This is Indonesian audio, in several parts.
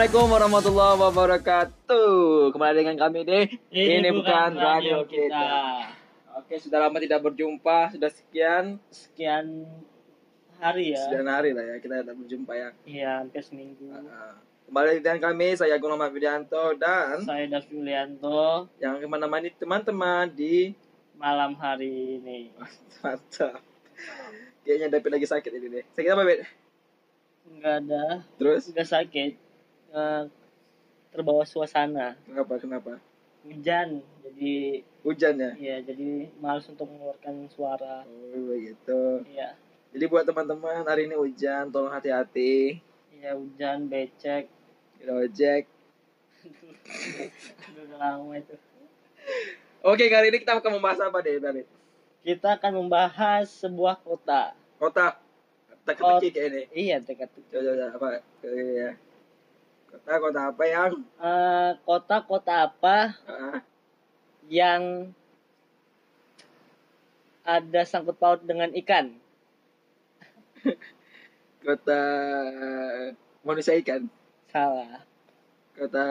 Assalamualaikum warahmatullahi wabarakatuh. Kembali dengan kami di Ini Bukan Radio Kita. Oke, sudah lama tidak berjumpa. Sudah sekian hari ya. Sekian hari lah ya kita tidak berjumpa ya. Iya, hampir seminggu. Kembali dengan kami, saya Agung Muhammad Widianto dan saya Davi Yulianto yang menemani teman-teman di malam hari ini. Mantap. Kayaknya David lagi sakit ini deh. Sakit apa, Bet? Enggak ada. Terus? Enggak sakit. Terbawa suasana. Kenapa? Hujan. Jadi hujan ya? Iya, jadi malas untuk mengeluarkan suara. Oh, begitu. Iya. Jadi buat teman-teman, hari ini hujan, tolong hati-hati. Iya, hujan, becek. Ojek. Udah lama itu. Oke, kali ini kita akan membahas apa deh, David? Kita akan membahas sebuah kota. Kota teka-teki kayak ini. Iya, teka-teki. Coba apa? Ya. Kota apa yang? Kota apa yang ada sangkut paut dengan ikan? Kota manusia ikan. Salah. Kota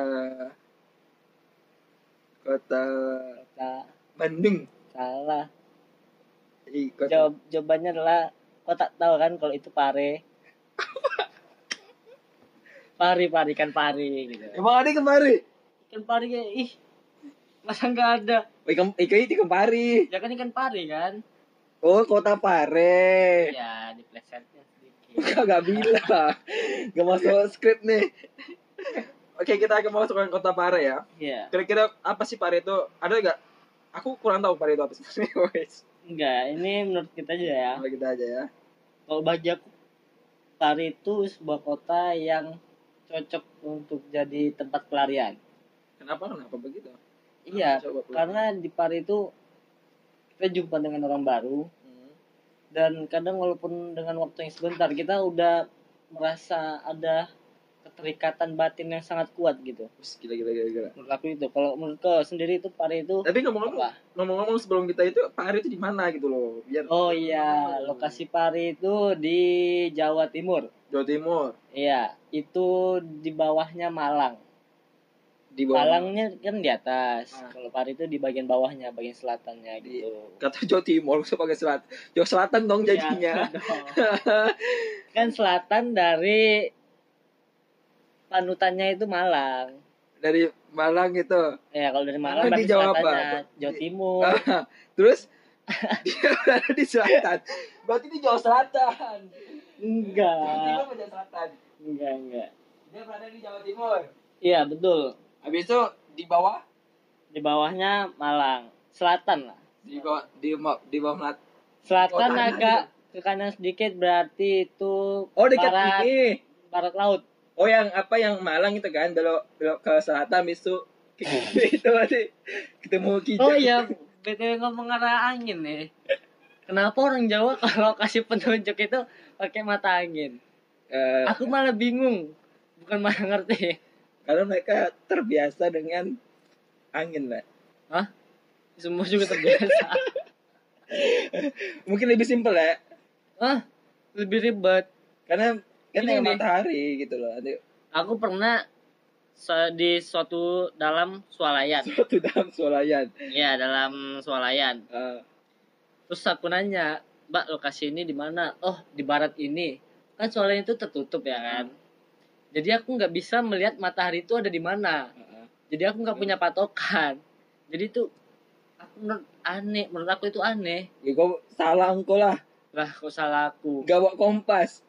Bandung. Salah. Kota. Jawabannya adalah kota, tahu kan kalau itu pare. Pari ikan pari gitu. Emang ada ikan pari? Ikan pari ya, masa nggak ada? Ikan pari. Ya kan ikan pari kan? Oh, kota Pare. Ya, diplesetnya sedikit. Gak bilang. Gak masuk skrip nih. Oke, kita akan masuk ke kota Pare ya. Iya. Kira-kira apa sih Pare itu? Ada nggak? Aku kurang tahu Pare itu apa sih. Enggak, ini menurut kita aja ya. Menurut kita aja ya. Kalau bagi aku, Pare itu sebuah kota yang cocok untuk jadi tempat pelarian. Kenapa begitu? Iya, karena di Pare itu kita jumpa dengan orang baru. Dan kadang walaupun dengan waktu yang sebentar, kita udah merasa ada keterikatan batin yang sangat kuat gitu. Gila. Menurut aku itu. Kalau menurut kau sendiri itu Pare itu. Tapi ngomong-ngomong sebelum kita itu Pare itu di mana gitu loh? Oh iya, lokasi Pare itu di Jawa Timur. Jawa Timur. Iya, itu di bawahnya Malang. Di bawah. Malangnya kan di atas. Kalau Pare itu di bagian bawahnya, bagian selatannya gitu. Kata Jawa Timur, sebagai selatan. Jawa Selatan dong jadinya. Ya, kan selatan dari panutannya itu Malang. Dari Malang itu. Ya, kalau dari Malang di berarti Jawa selatannya apa? Jawa Timur. Terus dia berada di selatan. Berarti di Jawa Selatan. Enggak. Jawa Timur Jawa Selatan. Enggak. Dia berada di Jawa Timur. Iya, betul. Habis itu di bawah? Di bawahnya Malang. Selatan lah. Di bawah Selatan agak ke kanan sedikit berarti itu dekat ini. Barat laut. Oh, yang Malang itu kan belok ke selatan habis itu itu berarti ketemu kijang. Oh iya, BTW ngomong arah angin nih. Kenapa orang Jawa kalau kasih petunjuk itu pakai mata angin? Aku malah bingung. Bukan malah ngerti. Karena mereka terbiasa dengan angin lah. Hah? Semua juga terbiasa. Mungkin lebih simpel ya. Lebih ribet. Karena kan Ini yang matahari gitu loh. Aku pernah di dalam swalayan. Dalam swalayan. Iya, dalam swalayan. Terus aku nanya, Mbak, lokasi ini di mana? Oh, di barat ini. Kan swalayan itu tertutup ya kan. Jadi aku nggak bisa melihat matahari itu ada di mana. Jadi aku nggak punya patokan. Jadi itu menurut aku itu aneh. Ya kok salah engkau lah. Lah, kok salah aku? Gak bawa kompas.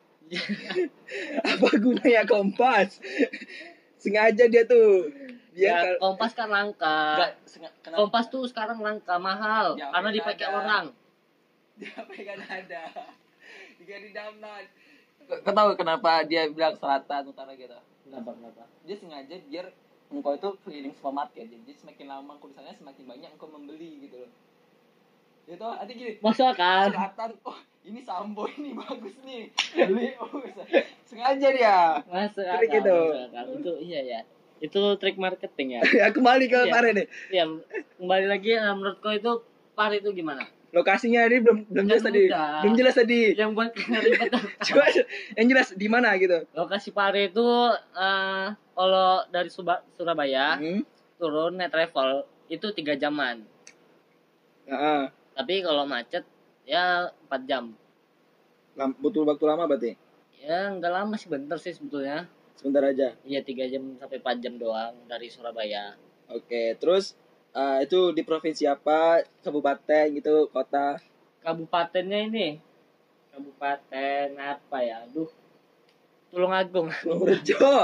Apa gunanya kompas? Sengaja dia tuh. Kompas kan langka. Kompas tuh sekarang langka, mahal. Karena dipakai orang. Dipakai kan ada. Diganti download. Kau tahu kenapa dia bilang selatan utara gitu? Kenapa? Dia sengaja biar engkau itu keliling supermarket. Jadi semakin lama engkau di sana semakin banyak engkau membeli gitu loh. Itu artinya gini. Masuk kan? Selatan. Oh, ini Sambo ini bagus nih. Beli. Sengaja dia. Masuk trik itu. Itu iya ya. Itu trik marketing ya. Ya kembali ke Pare nih. Iya, kembali lagi menurut kau itu Pare itu gimana? Lokasinya ini belum jelas Kan tadi. udah. Belum jelas tadi. Yang buat ribet apa? Coba yang jelas di mana gitu. Lokasi Pare itu kalau dari Surabaya Hmm. turun naik travel itu 3 jaman. Heeh. Tapi kalau macet ya 4 jam. Butuh waktu lama berarti. Ya nggak lama sih, bentar sih sebetulnya. Sebentar aja. Iya 3 jam sampai 4 jam doang dari Surabaya. Oke, terus itu di provinsi apa, kabupaten gitu, kota? Kabupatennya ini kabupaten apa ya? Aduh, Tulungagung. Purworejo.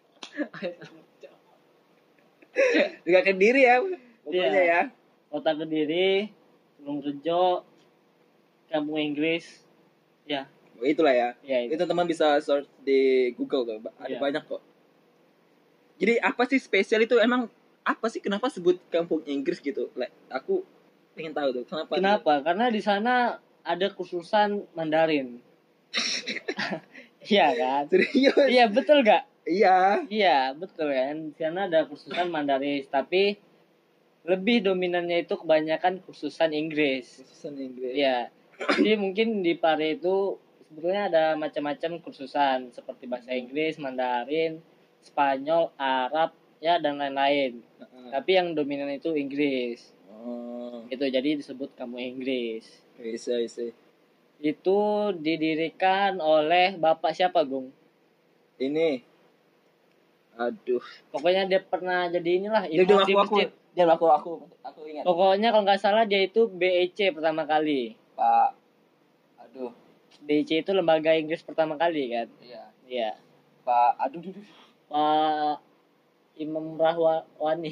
Juga Kediri ya, pokoknya Iya. ya. Kota Kediri, Tulungagung, Kampung Inggris. Ya, Oh, itulah ya. ya itu. Itu teman bisa search di Google tuh, ada Iya. banyak kok. Jadi apa sih spesial itu emang apa sih kenapa sebut Kampung Inggris gitu? Aku pengen tahu tuh kenapa. Kenapa? Karena di sana ada kursusan Mandarin. Iya kan? Serius? Iya betul gak? Iya. Iya betul kan. Di sana ada kursusan Mandarin, tapi lebih dominannya itu kebanyakan kursusan Inggris. Khususan Inggris. Iya. Jadi mungkin di Pare itu sebetulnya ada macam-macam kursusan seperti bahasa Inggris, Mandarin, Spanyol, Arab, ya dan lain-lain. Heeh. Tapi yang dominan itu Inggris. Oh, Itu jadi disebut Kampung Inggris. bisa. Itu didirikan oleh Bapak siapa, Gung? Ini. Aduh. Pokoknya dia pernah jadi inilah Dia imam di aku masjid. dia aku ingat. Pokoknya kalau nggak salah dia itu BEC pertama kali. Pak. Aduh. BEC itu lembaga Inggris pertama kali kan? Iya. Iya. Pak. Aduh. Pak Imam Rahwani.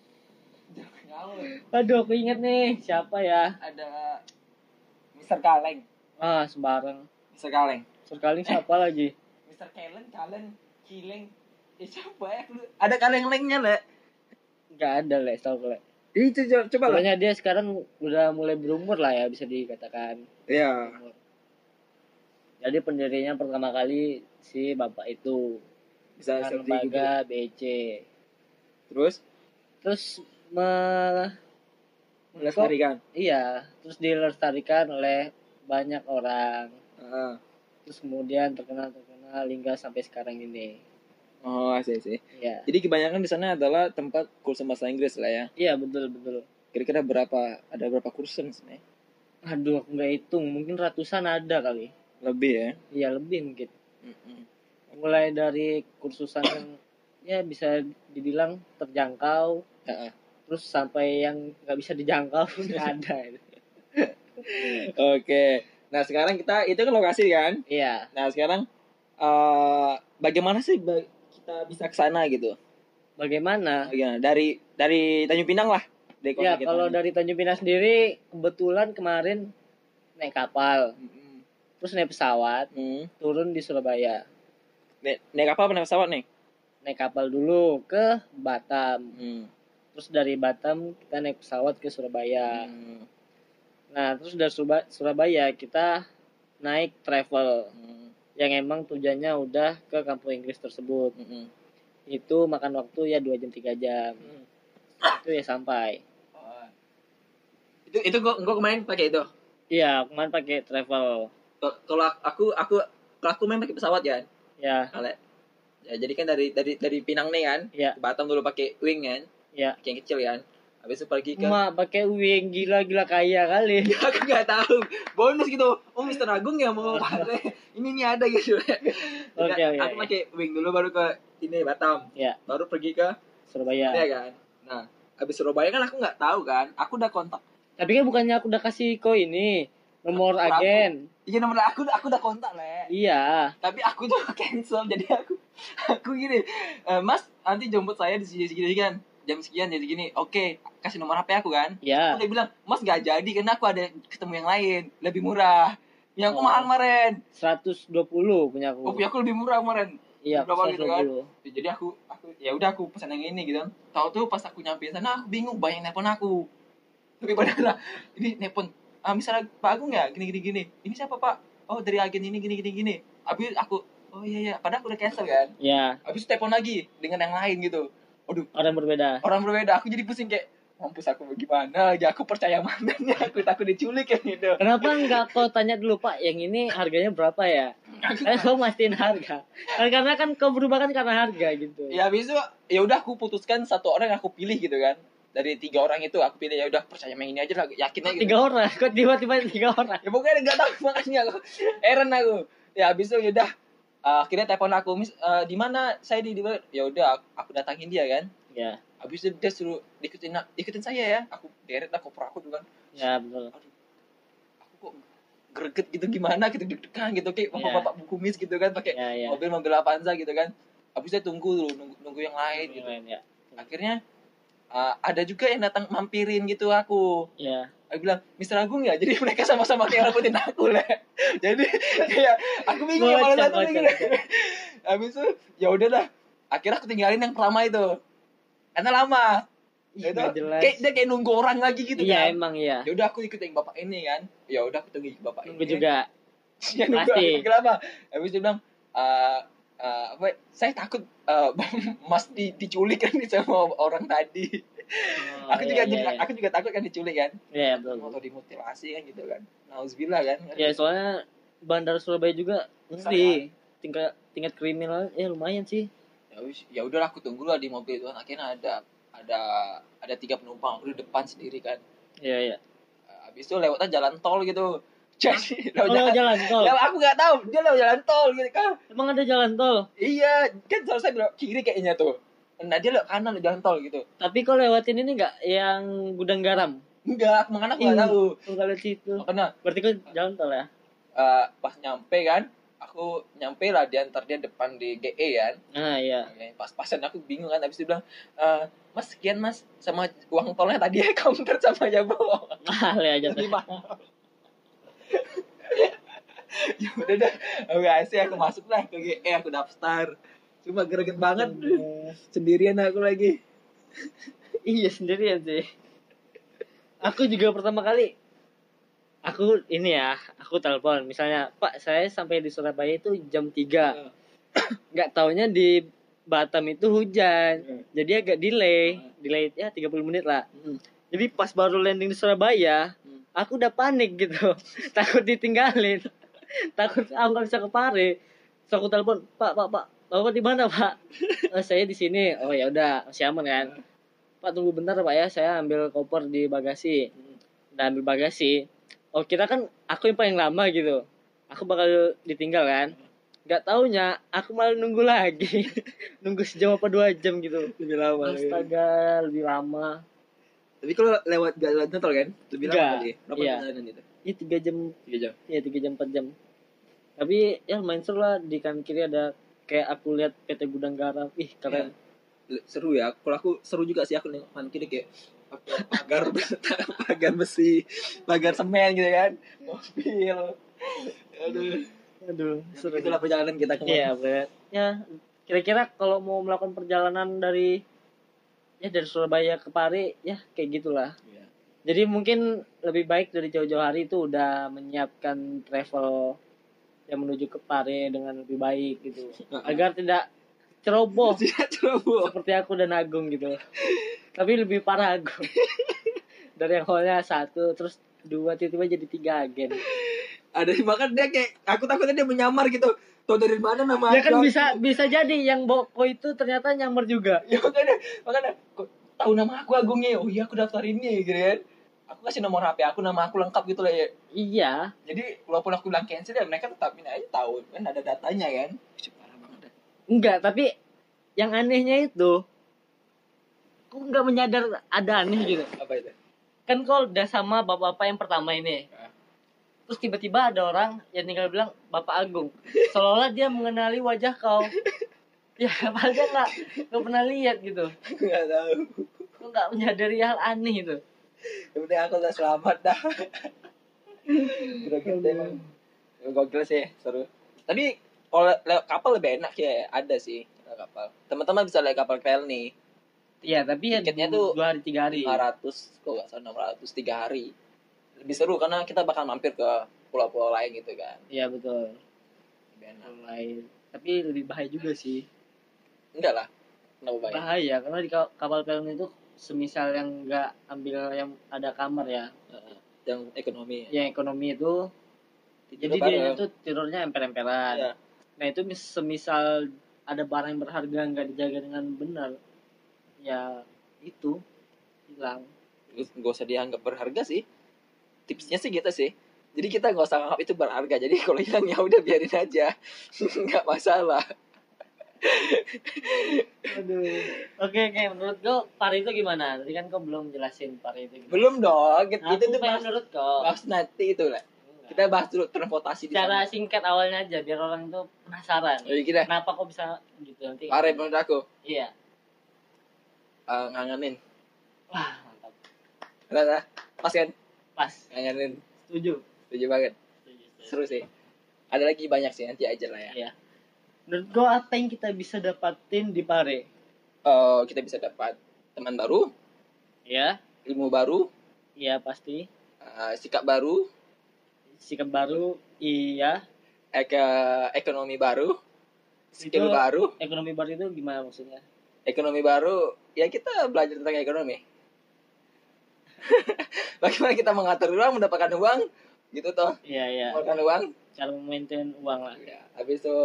Aduh, aku ingat nih. Siapa ya? Ada Mr. Kaleng. Ah, sembarang. Mr. Kaleng. Sekali siapa lagi? Mr. Kaleng, Kileng. Siapa ya? Ada kaleng-lengnya, Le. Nggak ada, Le. Setahu Le. Itu coba lah. Pokoknya dia sekarang udah mulai berumur lah ya, bisa dikatakan. Iya. Berumur. Jadi pendirinya pertama kali si bapak itu. Bisa Dengan seperti lembaga BEC. Terus melestarikan. Iya, terus dilestarikan oleh banyak orang. Heeh. Terus kemudian terkenal hingga sampai sekarang ini. Oh, sih. Iya. Jadi kebanyakan di sana adalah tempat kursus bahasa Inggris lah ya. Iya, betul. Kira-kira ada berapa kursus sebenarnya? Aduh, aku nggak hitung, mungkin ratusan ada kali. Lebih ya. Iya, lebih mungkin. Mm-mm. Mulai dari kursusan yang ya bisa dibilang terjangkau, Heeh. terus sampai yang nggak bisa dijangkau pun ada. Oke. Nah, sekarang itu kan lokasi kan? Iya. Nah, sekarang bagaimana sih kita bisa ke sana gitu? Bagaimana? Dari Tanjung Pinang lah. Dari kota Ya, kita. kalau dari Tanjung Pinang sendiri kebetulan kemarin naik kapal, Mm-mm. terus naik pesawat, Hmm. turun di Surabaya. Naik kapal apa naik pesawat nih? Naik kapal dulu ke Batam. Hmm. Terus dari Batam kita naik pesawat ke Surabaya. Hmm. Nah, terus dari Surabaya kita naik travel Hmm. yang emang tujuannya udah ke kampung Inggris tersebut. Hmm. Itu makan waktu ya 2 jam 3 jam. Hmm. Itu ya sampai. Oh. Itu gua kemarin pakai itu. Iya, kemarin pakai travel. Kalau aku main pakai pesawat ya. Ya, Ale. Ya, jadi kan dari Pinang nih kan. ya, Ke Batam dulu pakai wing kan. ya. Pakai yang kecil kan. Habis itu pergi ke Mak pakai wing gila kaya kali. ya, aku nggak tahu. Bonus gitu. Oh, Mister Agung ya mau pakai. Ini ada gitu. Oke. Aku pakai wing dulu baru ke ini Batam. Ya, Baru pergi ke Surabaya. ya kan. Nah, habis Surabaya kan aku nggak tahu kan. Aku udah kontak. Tapi kan bukannya aku udah kasih kau ini nomor Berapa? agen. Iya nomor aku udah kontak Le. Iya. Tapi aku tuh cancel jadi aku gini. Mas nanti jemput saya di sini kan. Jam sekian jadi gini. Oke, kasih nomor HP aku kan. Ya. Aku udah bilang, "Mas nggak jadi karena aku ada ketemu yang lain, lebih murah." Yang aku Oh. mahal kemarin. 120 punya aku. Oh, punya aku lebih murah kemarin. Iya, Berapa gitu kan? 120. Jadi aku ya udah aku pesan yang ini gitu kan. Tahu tuh pas aku nyampe sana aku bingung banyak nelpon aku. Tapi padahal ini nelpon misalnya Pak Agung ya gini. Ini siapa Pak? Oh dari agen ini gini. Habis aku oh iya padahal aku udah cancel kan. Ya, Habis telepon lagi dengan yang lain gitu. Aduh, orang berbeda. orang berbeda. Aku jadi pusing kayak mampus aku bagaimana lagi, aku percaya mantannya, aku takut diculik kan gitu. Kenapa enggak kau tanya dulu, Pak, yang ini harganya berapa ya? Kan kau mastiin harga. Karena kan kau berubah kan karena harga gitu. Ya habis itu ya udah aku putuskan satu orang yang aku pilih gitu kan. Dari 3 orang itu aku pilih, ya udah percaya yang ini aja lah, yakin aja gitu. 3 orang, kok tiba-tiba 3 orang? Ya pokoknya nggak tahu makanya aku heran aku. Ya habis itu ya udah akhirnya telepon aku, di mana saya di mana? Ya udah aku datangin dia kan. Ya, Habis itu dia suruh ikutin saya ya. Aku deret lah koper aku tuh kan. ya betul. Aduh, aku kok greget gitu gimana gitu, deg-degan gitu kayak bapak-bapak bukumis gitu kan, pakai Ya. mobil Avanza gitu kan. Habis itu tunggu dulu, nunggu yang lain gitu. Ya. Akhirnya ada juga yang datang mampirin gitu aku. Ya. Aku bilang, Mister Agung ya? Jadi mereka sama-sama kayak ngikutin aku lah. Jadi kayak aku bingung yang mana satu bingung. Habis itu ya udahlah. Akhirnya aku tinggalin yang pertama itu. Karena lama. Ih, Itu nggak jelas. kayak dia kayak nunggu orang lagi gitu Iya, kan. emang iya. Ya udah aku ikutin bapak ini kan. Ya udah aku tunggu bapak Nunggu ini. juga. Ya nunggu Pasti. aku kenapa? Habis dia bilang apa? Saya takut Mas diculik kan sama orang tadi. Oh, Aku juga iya. aku juga takut kan diculik kan. Iya, betul. Atau dimutilasi kan gitu kan. Nauzubillah kan. Ya, soalnya Bandar Surabaya juga ngeri. Tingkat kriminal lumayan sih. Ya udahlah aku tunggu lah di mobil itu kan. Akhirnya ada 3 penumpang aku di depan sendiri kan. Iya. Habis itu lewatnya jalan tol gitu. Jadi Lewat jalan tol. Aku nggak tahu dia lewat jalan tol gitu kan. Emang ada jalan tol? Iya, kan saya belok kiri kayaknya tuh. Nah dia lewat kanan di jalan tol gitu. Tapi kau lewatin ini enggak yang gudang garam? Enggak, makanya aku nggak tahu. Enggak lewat situ. Makanya Berarti kau jalan tol ya? pas nyampe kan, aku nyampe lah diantar dia depan di GE kan. Nah, iya. Oke, pas-pasan aku bingung kan, habis itu bilang, Mas sekian Mas sama uang tolnya tadi ya counter sama ya bawa. Mahal ya Lebih jatuh. mahal. Ya udah dah, aku masuk lah ke GE, aku daftar. Cuma greget banget, sendirian aku lagi. Iya, sendirian sih. Aku juga pertama kali aku telepon misalnya, Pak, saya sampai di Surabaya itu jam 3. Nggak taunya di Batam itu hujan. Jadi agak delay ya 30 menit lah. Jadi pas baru landing di Surabaya, aku udah panik gitu. Takut ditinggalin. Takut aku nggak bisa ke Pare. So aku telepon, Pak, Bapak di mana, Pak? Saya di sini. Oh ya udah, masih aman kan? Pak, tunggu bentar Pak ya, saya ambil koper di bagasi. Udah ambil bagasi. Oh, kira kan aku yang paling lama gitu. Aku bakal ditinggal kan? Gak taunya aku malah nunggu lagi. Nunggu sejam apa 2 jam gitu. Lebih lama. Astaga, lebih lama. Tapi kalau lewat jalan tol kan, lebih lama Enggak. lagi. Berapa Iya. perjalanan itu? Ini 3 jam. 3 jam. Iya, 3 jam 4 jam. Tapi ya lumayan seru lah, di kanan kiri ada kayak aku lihat PT Gudang Garam. Ih, keren. Seru ya. Kalau aku seru juga sih, aku nengok kanan kiri kayak pagar besi, pagar semen gitu kan. Mobil. Aduh, Seru. itulah perjalanan kita kemarin. Iya, bener. Ya, kira-kira kalau mau melakukan perjalanan dari Surabaya ke Pare, ya kayak gitulah. Iya. Jadi mungkin lebih baik dari jauh-jauh hari itu udah menyiapkan travel yang menuju ke Pare dengan lebih baik gitu. Agar tidak ceroboh seperti aku dan Agung gitu. Tapi lebih parah Agung. Dari awalnya 1, terus 2, tiba-tiba jadi 3 agen. Ada bahkan dia kayak aku takutnya dia menyamar gitu. Tahu dari mana nama Ya kan aku? bisa jadi yang Boko itu ternyata nyamar juga. Ya makanya kok tahu nama aku Agungnya. Oh iya aku daftar ini gitu kan. Aku kasih nomor HP aku, nama aku lengkap gitu lah ya. Iya. Jadi walaupun aku bilang cancel ya mereka tetap ini aja tahu kan ada datanya kan. Parah banget dah. Enggak, tapi yang anehnya itu aku nggak menyadar ada aneh gitu. Apa itu? Kan kalau udah sama bapak-bapak yang pertama ini. Terus tiba-tiba ada orang yang tinggal bilang Bapak Agung. Seolah-olah dia mengenali wajah kau. Ya, padahal dia nggak pernah lihat gitu. Enggak tahu. Kau nggak menyadari hal aneh itu. Yang penting aku udah selamat dah. Greget emang. Gokil sih, seru. Tapi kalau lewat kapal lebih enak ya, ada sih lewat kapal. Teman-teman bisa lewat kapal PL nih. Iya, tapi ya Tiketnya tuh 2 hari 3 hari. 500, kok nggak salah 600 3 hari. Lebih seru karena kita bakal mampir ke pulau-pulau lain gitu kan. Iya, betul. Lebih enak. Lain. Tapi lebih bahaya juga sih. Enggak lah. Kenapa bahaya? Bahaya karena di kapal pelni itu semisal yang nggak ambil yang ada kamar ya, yang ekonomi. yang ekonomi itu Tidur jadi dia bareng. tuh tidurnya emper-emperan. Iya. Nah itu semisal ada barang yang berharga nggak dijaga dengan benar, ya itu hilang. Gak usah dianggap berharga sih. Tipsnya sih gitu sih. Jadi kita nggak usah anggap itu berharga. Jadi kalau hilang ya udah biarin aja, nggak masalah. Aduh. Oke, menurut kau pari itu gimana? Tadi kan kau belum jelasin pari itu gimana. Belum dong. Nah, Itu aku tuh pengen bahas, menurut kau. bahas nanti itu lah. Kita bahas dulu transportasi di Cara sana. singkat awalnya aja biar orang itu penasaran. Jadi kita Kenapa kok bisa gitu nanti? pare menurut aku Iya. ngangenin. Wah, mantap. Rasa pas kan? Pas. Ngangenin. Setuju. Setuju banget. Setuju. Seru sih. Ada lagi banyak sih, nanti aja lah ya. Iya. Menurut kau apa yang kita bisa dapatin di pare? Kita bisa dapat teman baru, Ya. ilmu baru, Iya pasti. sikap baru, Sikap baru, iya. ekonomi baru, skill Itu- baru. Ekonomi baru itu gimana maksudnya? Ekonomi baru, ya kita belajar tentang ekonomi. Bagaimana kita mengatur uang, mendapatkan uang, gitu toh. Iya, iya. Mendapatkan uang, Cara memaintain uang lah. ya. Habis itu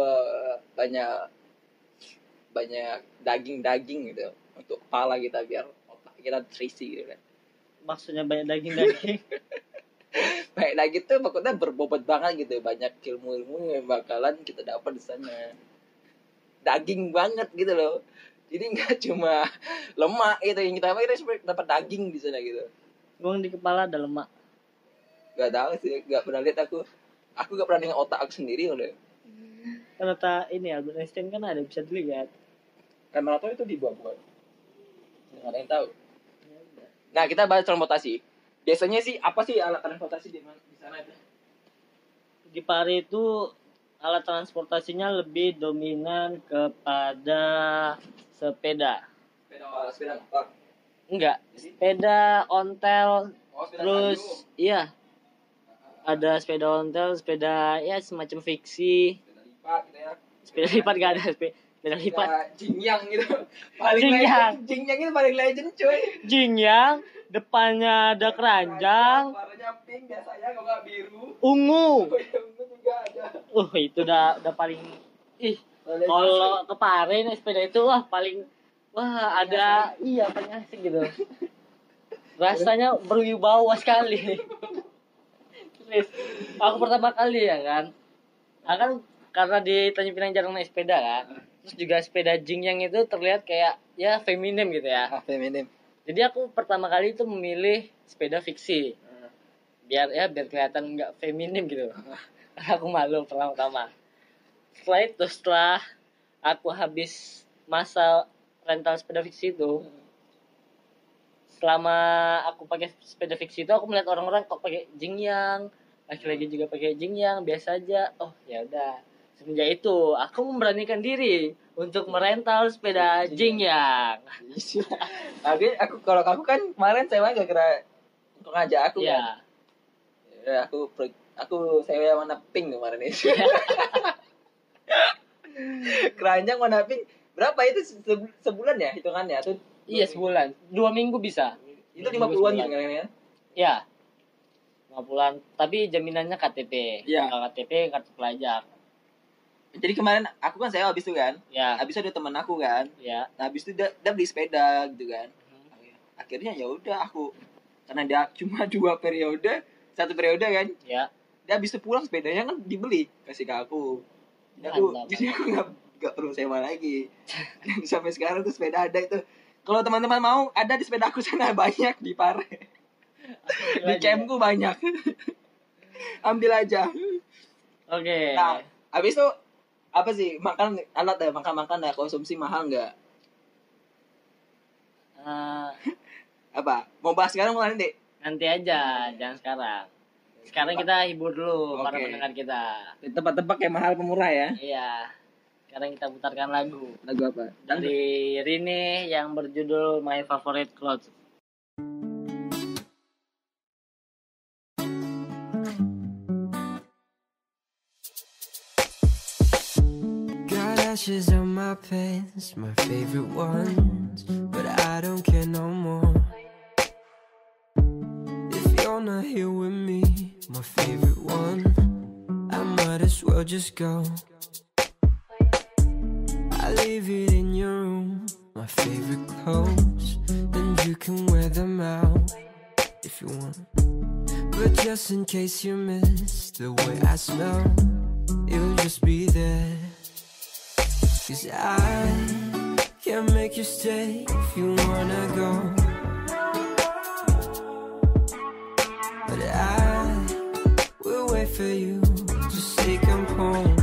banyak daging gitu untuk kepala kita biar otak kita terisi gitu kan. Maksudnya banyak daging-daging. Baik lagi tuh pokoknya berbobot banget gitu, banyak ilmu-ilmu yang bakalan kita dapat di sana. Daging banget gitu loh. Jadi nggak cuma lemak gitu yang kita dapat daging di sana gitu. Uang di kepala ada lemak. Gak tahu sih, gak pernah lihat aku gak pernah dengan otak aku sendiri udah. Karena ini Albert Einstein kan ada bisa dilihat. Kan mana tahu itu dibuat-buat, nggak ada yang tahu. Nah kita bahas transportasi. Biasanya sih apa sih alat transportasi di sana itu? Di Pare itu alat transportasinya lebih dominan kepada sepeda. Sepeda motor. Enggak, sepeda ontel, Sepeda terus kayu. iya. Ada sepeda ontel, sepeda ya semacam fiksi. Sepeda lipat gitu ya. Sepeda lipat gak ada sepeda lipat. Jingyang gitu. Paling Jingyang. legend. Jingyang itu paling legend cuy. Jingyang, depannya ada keranjang, Warnanya pink biasanya kalau nggak biru. ungu. Oh ya ungu juga ada. Itu udah paling kalau ke Pare nih sepeda itu paling ada paling asik gitu. Rasanya berwibawa sekali. Terus, aku pertama kali ya kan. Karena di Tanjung Pinang jarang naik sepeda kan. Terus juga sepeda Jingyang itu terlihat kayak ya feminim gitu ya. Feminim. Jadi aku pertama kali itu memilih sepeda fiksi. Biar kelihatan nggak feminim gitu. Karena aku malu pertama-tama. Setelah aku habis masa rental sepeda fiksi itu, selama aku pakai sepeda fiksi itu aku melihat orang-orang kok pakai Jingyang, laki-laki juga pakai Jingyang, biasa aja. Oh ya udah. Semenjak itu aku memberanikan diri untuk merental sepeda Jingyang. Tapi kalau aku kan kemarin sewa gak kira untuk ngajak aku kan. Ya, aku sewa warna pink kemarin itu. Keranjang warna pink. Berapa itu sebulan ya hitungannya? Atau Iya sebulan, 2 minggu bisa. itu 50-an gitu kan ya? Ya, 50-an. Tapi jaminannya KTP. Iya. Kalau KTP kartu pelajar. Jadi kemarin aku kan sewa habis itu kan. Ya. Habis itu ada teman aku kan. Ya. Nah, habis itu dia beli sepeda gitu kan. Akhirnya ya udah aku karena dia cuma 1 periode kan. Ya. Dia habis itu pulang sepedanya kan dibeli kasih ke aku. Jadi aku nggak perlu sewa lagi. Dan sampai sekarang tuh sepeda ada itu. Kalau teman-teman mau ada di sepeda aku sana banyak di Pare. Di campku banyak. Ambil aja. Oke. Nah, habis itu apa sih makan konsumsi mahal nggak? Apa? Mau bahas sekarang mau nanti? Nanti aja, jangan sekarang. Sekarang kita hibur dulu para pendengar kita. Tebak-tebak yang mahal pemurah ya? Iya. Sekarang kita putarkan lagu. Lagu apa? Dari Rini yang berjudul My Favorite Clothes. Got ashes on my pants, my favorite ones, but I I don't care no more. If you're not here with me, my favorite one, I might as well just go. I leave it in your room, my favorite clothes, and you can wear them out if you want. But just in case you miss the way I smell, it'll just be there. 'Cause I can't make you stay if you wanna go, but I will wait for you to say come home.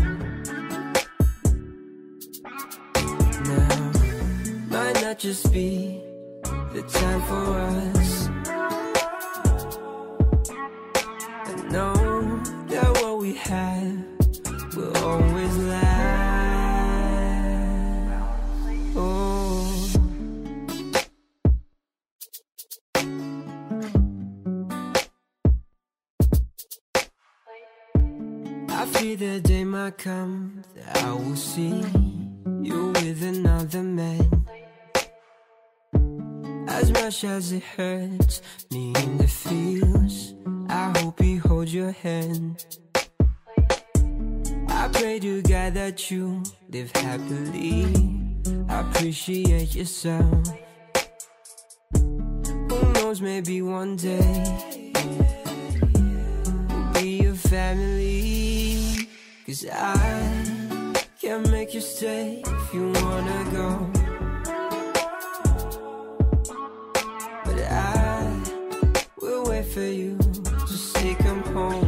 Now might not just be the time for us. I know that what we have will always last. Oh, I fear the day might come that I will see you with another man. As much as it hurts me in the feels, I hope he holds your hand. I pray to God that you live happily, appreciate yourself. Who knows, maybe one day we'll be a family. 'Cause I can't make you stay if you wanna go, but I will wait for you to say come home.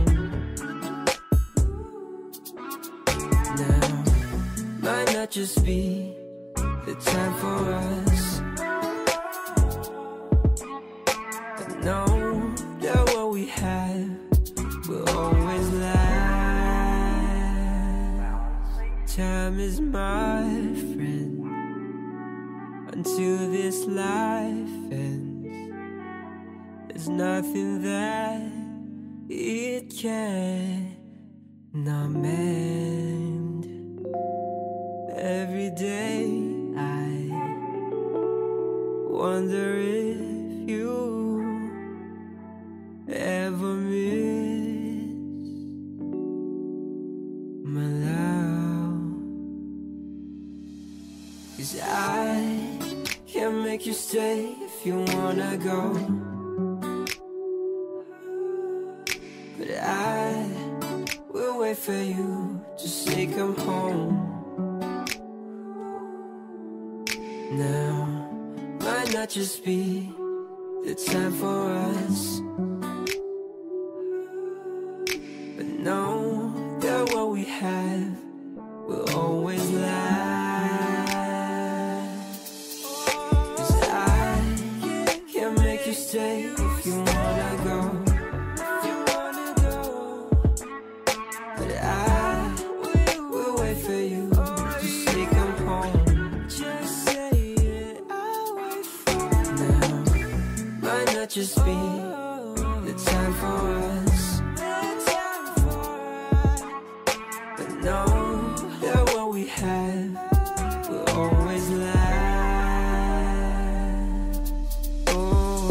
Now might not just be the time for us. I know that what we have will always last. Time is my friend until this life ends. There's nothing that it cannot mend. Every day I wonder if you ever miss my love. 'Cause I can't make you stay if you wanna go, but I will wait for you to say come home. Now might not just be the time for us, but know that what we have will always last. 'Cause I can't make you stay if you wanna go, but I will wait for you to say come home. Just say it, I'll wait for you. Now might not just be the time for us, but know that what we have will always last. Oh,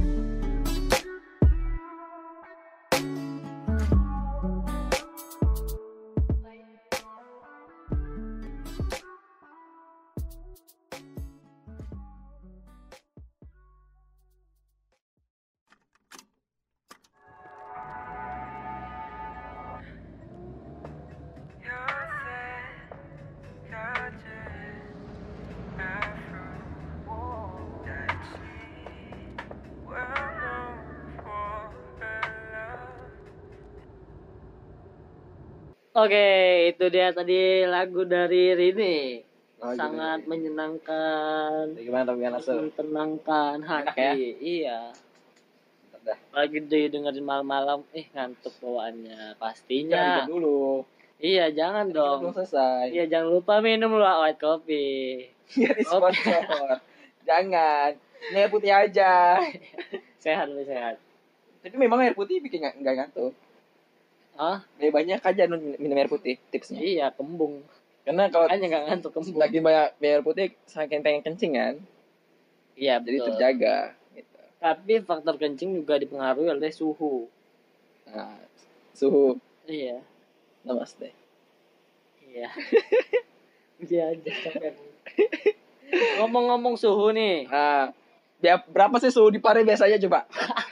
Oke, itu dia tadi lagu dari Rini. Lagu Sangat dari- menyenangkan, Gimana Langsung? menenangkan Enak hati. Iya. Udah. Lagi dengerin malam-malam, ngantuk bawaannya pastinya. Jangan dulu. Iya, jangan Kita dong. belum selesai. Iya, jangan lupa minum lu white coffee. Biar di sponsor. Jangan. Ini air putih aja. Sehat lu sehat. Tapi memang air putih bikin nggak ngantuk. Ah, Lebih banyak aja minum air putih tipsnya. iya kembung. Karena kalau Makanya nggak ngantuk kembung. lagi banyak air putih saking pengen kencing kan. Iya, Jadi betul. terjaga gitu. Tapi faktor kencing juga dipengaruhi oleh suhu. Nah, suhu Iya. namaste. Iya. Iya aja sampai. Ngomong-ngomong suhu nih. Nah, berapa sih suhu di Pare biasanya coba?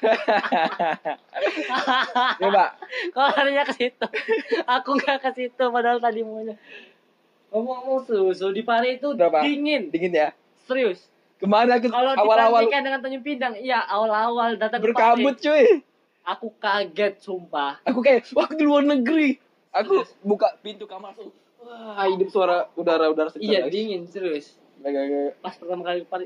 Coba. Kok larinya ke situ? Aku nggak ke situ padahal tadi maunya. Ngomong-ngomong suhu di Pare itu Berapa? dingin. Dingin ya. Serius. Kemana Kalau awal-awal dibandingkan dengan Tanjung Pinang, iya awal-awal datang ke berkabut Pare, cuy. aku kaget sumpah. Aku kayak wah aku di luar negeri. Aku buka pintu kamar langsung. Wah, hidup suara udara segar. Iya dingin serius. Gak. Pas pertama kali ke Pare,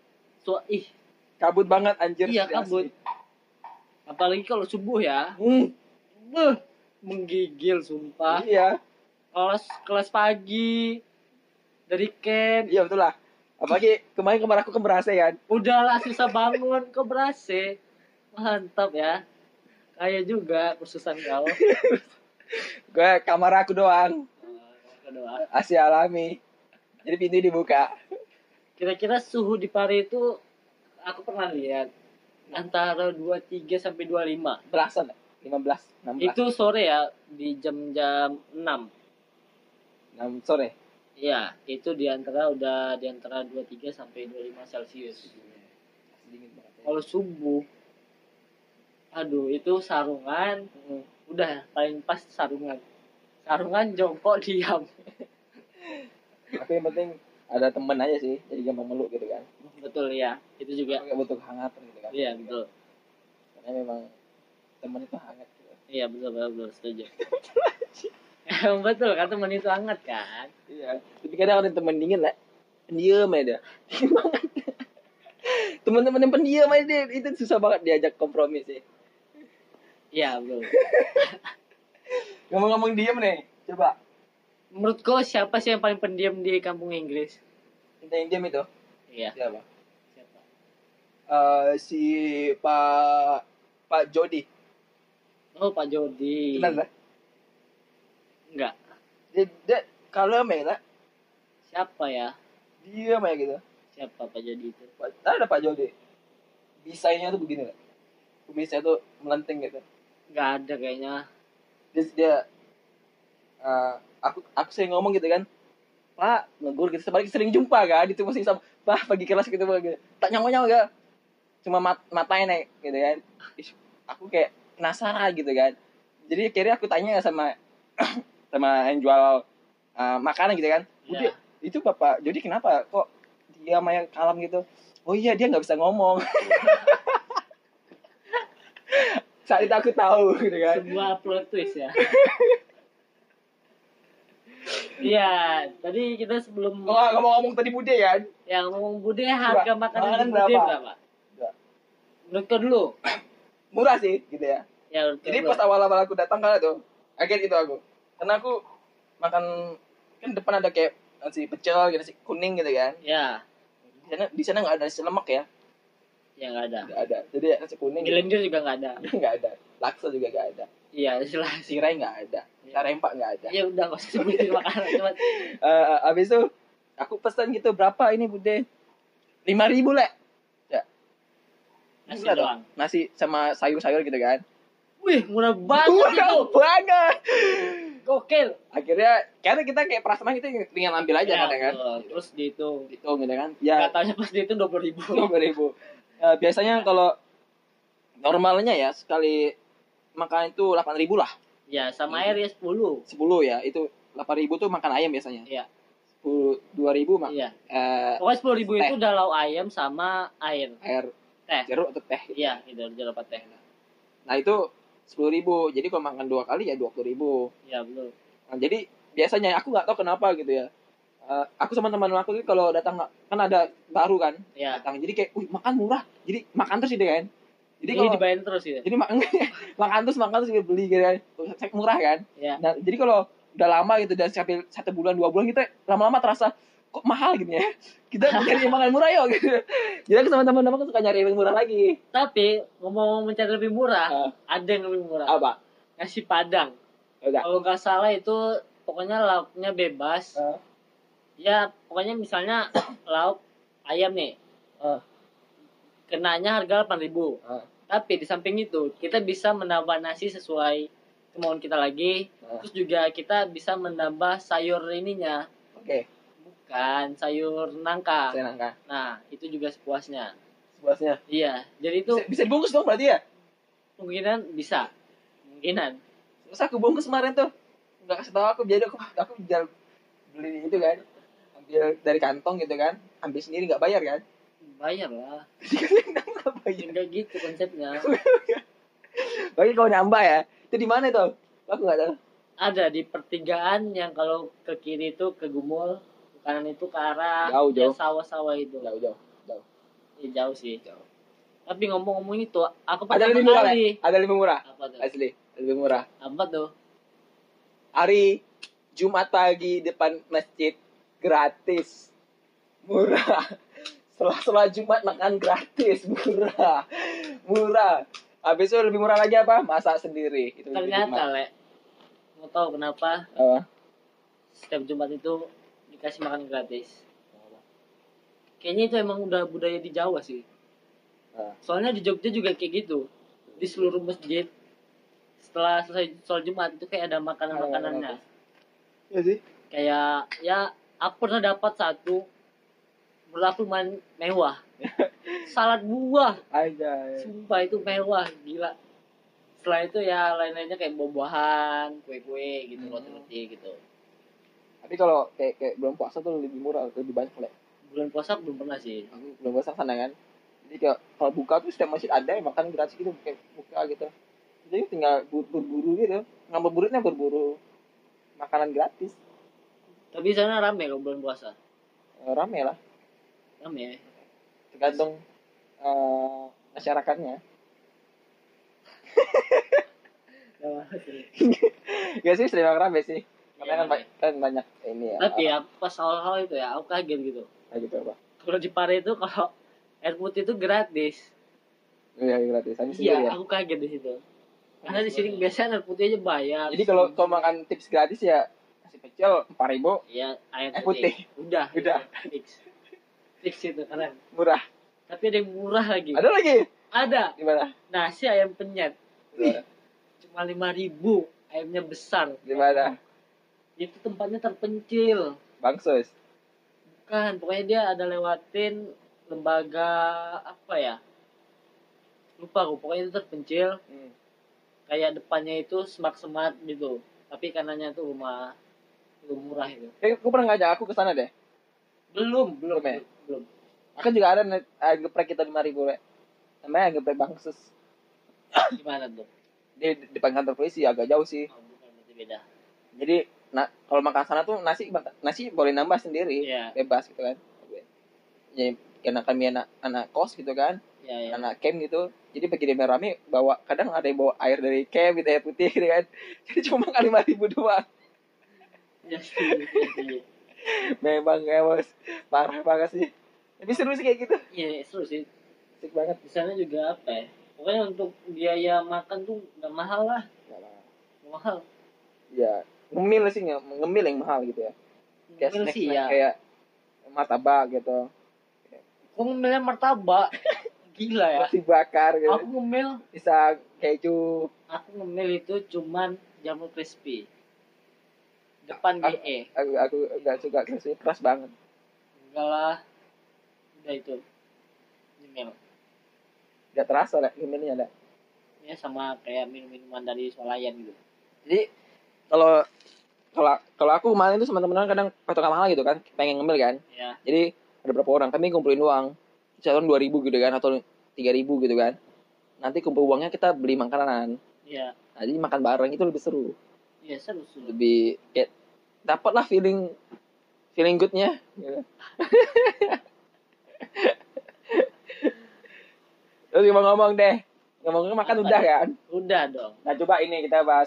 Kabut banget anjir. iya asli. kabut. Apalagi kalau subuh ya, menggigil sumpah. Iya. Kelas pagi dari camp, Iya betul lah. Apalagi kemarin aku ke Merase kan. udahlah susah bangun ke berase. Mantap ya. Kayak juga kursusan kau. Gue kamar aku doang. Doa. AC alami. Jadi pintu dibuka. Kira-kira suhu di Pare itu aku pernah lihat antara 23 sampai 25. Belasan 15, 16. Itu sore ya di jam-jam 6. 6 sore. Iya, itu di antara 23 sampai 25 Celcius. Dingin banget. Ya. Kalau subuh, aduh itu sarungan, udah paling pas sarungan. Sarungan jongkok diam. Tapi yang penting ada temen aja sih, jadi gampang meluk gitu kan. Betul ya, itu juga. Gak butuh kehangatan gitu kan. Iya betul. Karena memang temen itu hangat gitu. Iya betul setuju. Emang betul kan teman itu hangat kan. Iya. Tapi kadang ada temen dingin lah. Pendiam aja. Dingin banget. Teman-teman yang pendiam aja deh, itu susah banget diajak kompromi sih. Iya betul. Ngomong-ngomong diem nih, coba. Menurutku siapa sih yang paling pendiam di kampung Inggris? Kita yang diem itu. Iya. Siapa? Siapa? Si Pak Jody. Oh Pak Jody. Kenal lah. Enggak. Dia kalem ya lah. Siapa ya? Diam aja gitu. Siapa Pak Jody itu? Ada Pak Jody. Bisanya tuh begini lah. Kumisnya tuh melenting gitu. Enggak ada kayaknya. Dia aku sering ngomong gitu kan. Pak, ngegur gitu. Sebalik sering jumpa kan. Itu masih sama. Pak, pagi kelas gitu. Tak nyawa-nyawa gak. Cuma matain nih gitu kan. Aku kayak penasaran gitu kan. Jadi akhirnya aku tanya sama sama yang jual makanan gitu kan. Budi, Iya. itu Bapak Jody kenapa kok dia main kalem gitu? Oh iya, dia nggak bisa ngomong. Saat itu aku tahu gitu kan. Sebuah plot twist ya. Iya, tadi kita sebelum Ngomong tadi Bude kan. yang ngomong Bude harga makanan di makanan Bude berapa? berapa? Menurut kau dulu. Murah sih gitu ya. Ya, menurut kau Jadi dulu. pas awal-awal aku datang kan tuh, kaget gitu aku. Karena aku makan kan depan ada kayak nasi pecel gitu, nasi kuning gitu kan. Ya, Di sana nggak ada nasi lemak ya. ya nggak ada. Nggak ada. Jadi nasi kuning Di lendir juga nggak ada. nggak ada. Laksa juga nggak ada. Iya, jelas. Sirai nggak ada. Tarempak nggak ada. Ya udah nggak usah sebutin makanan cuma Abis itu aku pesan gitu, berapa ini Bude? 5.000 lah. Ya. nasi Murah dong. doang. Nasi sama sayur-sayur gitu kan. Wih, murah banget Murah itu. banget. Gokil. Akhirnya karena kita kayak perasaan kita tinggal ambil aja Ya, kadang kan. betul. Terus dihitung. Gitu gitu kan. Ya Katanya pas dihitung 20.000. 20.000. Biasanya kalau normalnya ya sekali makan itu 8.000 lah. Ya, sama air ya 10. 10 ya. Itu 8.000 tuh makan ayam biasanya. Iya. 2.000 mak. Iya. eh, Pokoknya 10.000 teh. itu udah lauk ayam sama air. air Teh. jeruk atau teh. Iya, itu jeruk apa teh. Nah itu 10.000. Jadi kalau makan 2 kali ya 20.000. Iya, betul. Nah, jadi biasanya aku nggak tahu kenapa gitu ya. Aku sama teman aku tuh kalau datang kan ada baru kan. Iya. Datang jadi kayak, makan murah. Jadi makan terus gitu kan. Jadi Jadi kalau dibayar terus gitu. jadi makan terus beli gitu kan. Murah kan. Iya. Nah, jadi kalau udah lama gitu dan sampai 1 bulan 2 bulan kita lama-lama terasa kok mahal gini ya. Kita cari yang makan murah yuk gitu. Jadi aku sama teman-teman aku suka nyari yang murah lagi. Tapi ngomong mencari lebih murah, Ah. ada yang lebih murah. Apa? Nasi Padang. Enggak. Kalau nggak salah itu pokoknya lauknya bebas. Ah. Ya pokoknya misalnya lauk ayam nih. Ah. kenanya harga 8.000. Tapi di samping itu kita bisa menambah nasi sesuai kemauan kita lagi. Terus juga kita bisa menambah sayur ininya. Oke. Bukan sayur nangka. Saya nangka. Nah, itu juga sepuasnya. Sepuasnya. Iya, jadi itu Bisa dibungkus dong berarti ya? kemungkinan bisa. Kemungkinan. Terus aku bungkus kemarin tuh. Enggak kasih tahu aku, jadi aku jual beli itu kan. Ambil dari kantong gitu kan. Ambil sendiri enggak bayar kan? Bayar lah. Enggak bayar. Enggak gitu konsepnya. Bagi kau nambah ya. Itu di mana itu? Aku enggak tahu. Ada di pertigaan yang kalau ke kiri itu ke Gumul, ke kanan itu ke arah Jauh. ya sawah-sawah itu. Jauh. Ya, jauh sih. Jauh. Tapi ngomong-ngomong itu, aku Ada pertama lebih murah kali. ya? Ada lebih murah. Apa tuh? Asli, lebih murah. Apa tuh? Hari Jumat pagi depan masjid gratis. Murah. Setelah Jumat makan gratis, murah. Habis itu lebih murah lagi apa? Masak sendiri. Itu lebih Ternyata, nikmat. Le. Mau tahu kenapa Apa? setiap Jumat itu dikasih makan gratis? Kayaknya itu emang udah budaya di Jawa sih. Soalnya di Jogja juga kayak gitu. Di seluruh masjid setelah selesai sholat Jumat itu kayak ada makanan-makanannya. Iya sih. Kayak ya aku pernah dapat satu berlaku mewah. Salad buah. Aja. Sumpah itu mewah, gila. Setelah itu ya lain-lainnya kayak buah-buahan, kue-kue gitu, roti-roti gitu. Tapi kalau kayak belum puasa tuh lebih murah, lebih banyak lah. Bulan puasa belum pernah sih. Aku belum puasa sana kan. Jadi kayak kalau buka tuh setiap masjid ada yang makan gratis gitu, kayak buka gitu. Jadi tinggal berburu gitu. Ngabuburitnya berburu makanan gratis. Tapi di sana rame kalau bulan puasa. Rame lah. Rame ya. Tergantung masyarakatnya. Gak sih sering rame sih. Karena kan banyak ini ya. Tapi ya pas awal-awal itu ya aku kaget gitu. Kayak gitu apa? Kalau di Pare itu kalau air putih itu gratis. Iya gratis. Hanya Iya, sendiri ya. aku kaget di situ. Karena di sini biasanya air putih aja bayar. Jadi kalau kau makan tips gratis ya nasi pecel 4.000, ya air putih. Udah. Udah. Fix itu keren. Murah. Tapi ada yang murah lagi. Ada lagi? Ada. Gimana? Nasi ayam penyet. Gimana? Cuma 5.000. Ayamnya besar. Gimana? Itu tempatnya terpencil. Bangsus. Bukan, pokoknya dia ada lewatin lembaga apa ya? Lupa aku, pokoknya itu terpencil. Kayak depannya itu semak-semak gitu. Tapi kanannya tuh rumah murah itu. Aku pernah ngajak aku ke sana deh. Belum ya? belum. Aku juga ada geprek kita 5.000 le. Namanya geprek Bangsus. Gimana tuh? Di depan kantor polisi agak jauh sih. Oh, bukan, berarti beda. Jadi kalau makan sana tuh nasi boleh nambah sendiri, Iya. bebas gitu kan. Ya, karena kami anak kos gitu kan, Ya. anak camp gitu. Jadi bagi dia rame bawa, kadang ada yang bawa air dari camp gitu, air putih gitu kan. Jadi cuma makan 5.000 doang. Ya, setuju. Memang ya bos, parah banget sih. Tapi seru sih kayak gitu. Iya, seru sih. Asik banget. Di sana juga apa ya? Pokoknya untuk biaya makan tuh nggak mahal lah. Nggak mahal. Ya, ngemil sih, ngemil yang mahal gitu ya. Kayak Ngemil sih ya. kayak martabak gitu. Aku ngemilnya martabak. Gila ya. Roti bakar gitu. Aku ngemil. Bisa keju. Aku ngemil itu cuman jamur crispy. Depan GE. Aku enggak suka crispy, keras banget. Enggak lah. Udah itu. Ngemil. Enggak terasa lah ngemilnya ada. Ya sama kayak minum-minuman dari swalayan gitu. Jadi kalau aku kemarin itu sama teman-teman kadang patokan mahal gitu kan, pengen ngemil kan. Ya. Jadi ada berapa orang, kami kumpulin uang. Misalkan 2.000 gitu kan atau 3.000 gitu kan. Nanti kumpul uangnya kita beli makanan. Iya. Nah, jadi makan bareng itu lebih seru. Iya, seru. Lebih kayak dapat lah feeling goodnya gitu. Terus ngomong deh, ngomongnya makan Apa udah deh? kan. Udah dong. Nah coba ini kita bahas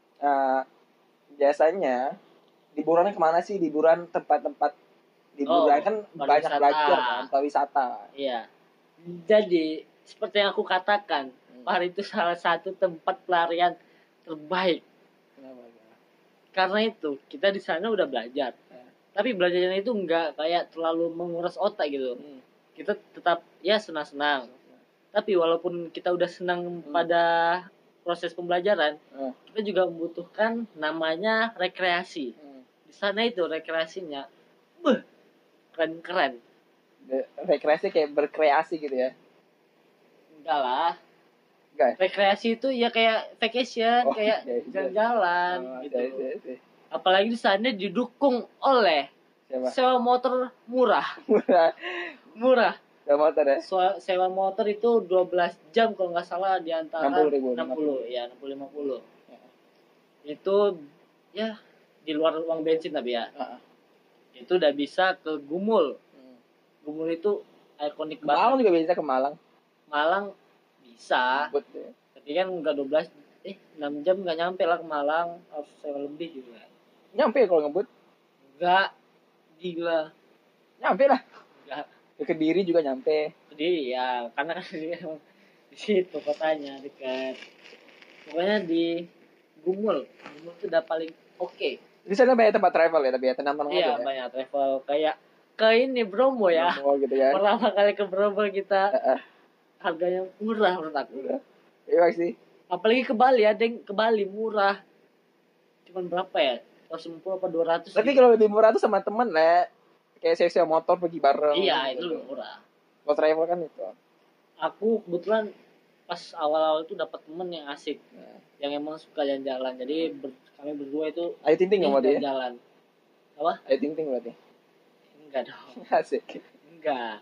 biasanya liburannya kemana sih? Liburan tempat-tempat liburan kan banyak pariwisata. belajar kan, pariwisata. Iya. Jadi seperti yang aku katakan, Pari itu salah satu tempat pelarian terbaik. Karena itu kita di sana udah belajar. Tapi belajarnya itu enggak kayak terlalu menguras otak gitu. Kita tetap ya senang-senang. Tapi walaupun kita udah senang pada proses pembelajaran, kita juga membutuhkan namanya rekreasi. Di sana itu rekreasinya keren-keren. Rekreasi kayak berkreasi gitu ya. Enggak lah. Enggak. Rekreasi itu ya kayak vacation, kayak iya. jalan-jalan gitu. Iya. Apalagi di sana didukung oleh sewa motor murah. Murah. Sewa motor ya? Sewa motor itu 12 jam kalau nggak salah di antara 60.000. 60-50. Itu ya di luar uang bensin tapi ya. Itu udah bisa ke Gumul. Gumul itu ikonik banget. Malang juga bisa ke Malang. Malang bisa. Ya. Tapi kan enggak 6 jam enggak nyampe lah ke Malang, harus sewa lebih juga. Nyampe kalau ngebut? Enggak. Gila. Nyampe lah. Enggak. Ke Kediri juga nyampe. Kediri ya, karena kan di situ kotanya dekat. Pokoknya di Gumul. Gumul itu udah paling oke. Di sana banyak tempat travel ya, tapi ya tenang-tenang iya, aja. Iya, banyak travel kayak ke ini Bromo ya. Bromo gitu kan. Pertama kali ke Bromo kita harganya murah menurut aku. Iya sih. Apalagi ke Bali, ada yang ke Bali murah. Cuman berapa ya? 150 apa 200. Tapi kalau lebih murah tuh sama temen lah. Kayak sewa motor pergi bareng. Iya, gitu. itu lebih murah. Kalau travel kan itu. Aku kebetulan pas awal-awal itu dapat temen yang asik. Yang emang suka jalan-jalan. Jadi kami berdua itu Ayo Ting-Ting sama dia. jalan. Apa? Ayo Ting-Ting berarti. Enggak dong. Asik. Enggak.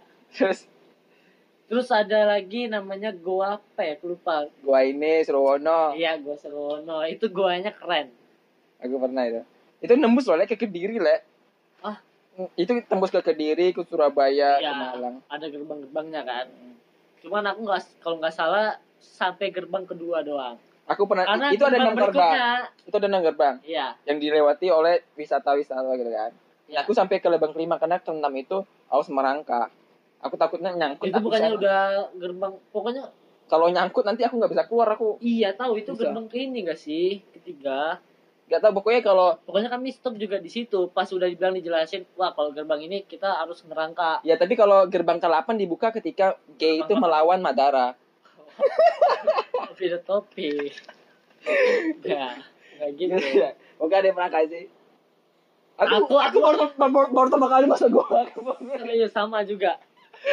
Terus ada lagi namanya Goa apa ya? Aku lupa. Goa ini Surwono. Iya, Goa Surwono. Itu goanya keren. Aku pernah itu. Itu nembus loh, ke Kediri, Le. Ah, itu tembus ke Kediri, ke Surabaya, ya, ke Malang. Ada gerbang-gerbangnya kan. Cuman aku kalau nggak salah sampai gerbang kedua doang. Aku pernah. Karena itu ada 6 gerbang. Itu ada 6 gerbang. Iya. Yang dilewati oleh wisata-wisata gitu kan. Ya. Aku sampai ke gerbang kelima karena ke-6 itu harus merangkak. Aku takutnya nyangkut. Itu bukannya udah gerbang, pokoknya kalau nyangkut nanti aku nggak bisa keluar aku. Iya tahu itu bisa. gerbang ke ini nggak sih ketiga. Gak tahu pokoknya kalau. Pokoknya kami stop juga di situ. Pas udah dibilang dijelasin, wah kalau gerbang ini kita harus ngerangka. Ya tapi kalau gerbang ke-8 dibuka ketika G itu melawan Madara. Beda topik. Nggak gitu. Oke ada yang pernah kasih. Aku baru pertama kali masa gua. Serius sama juga.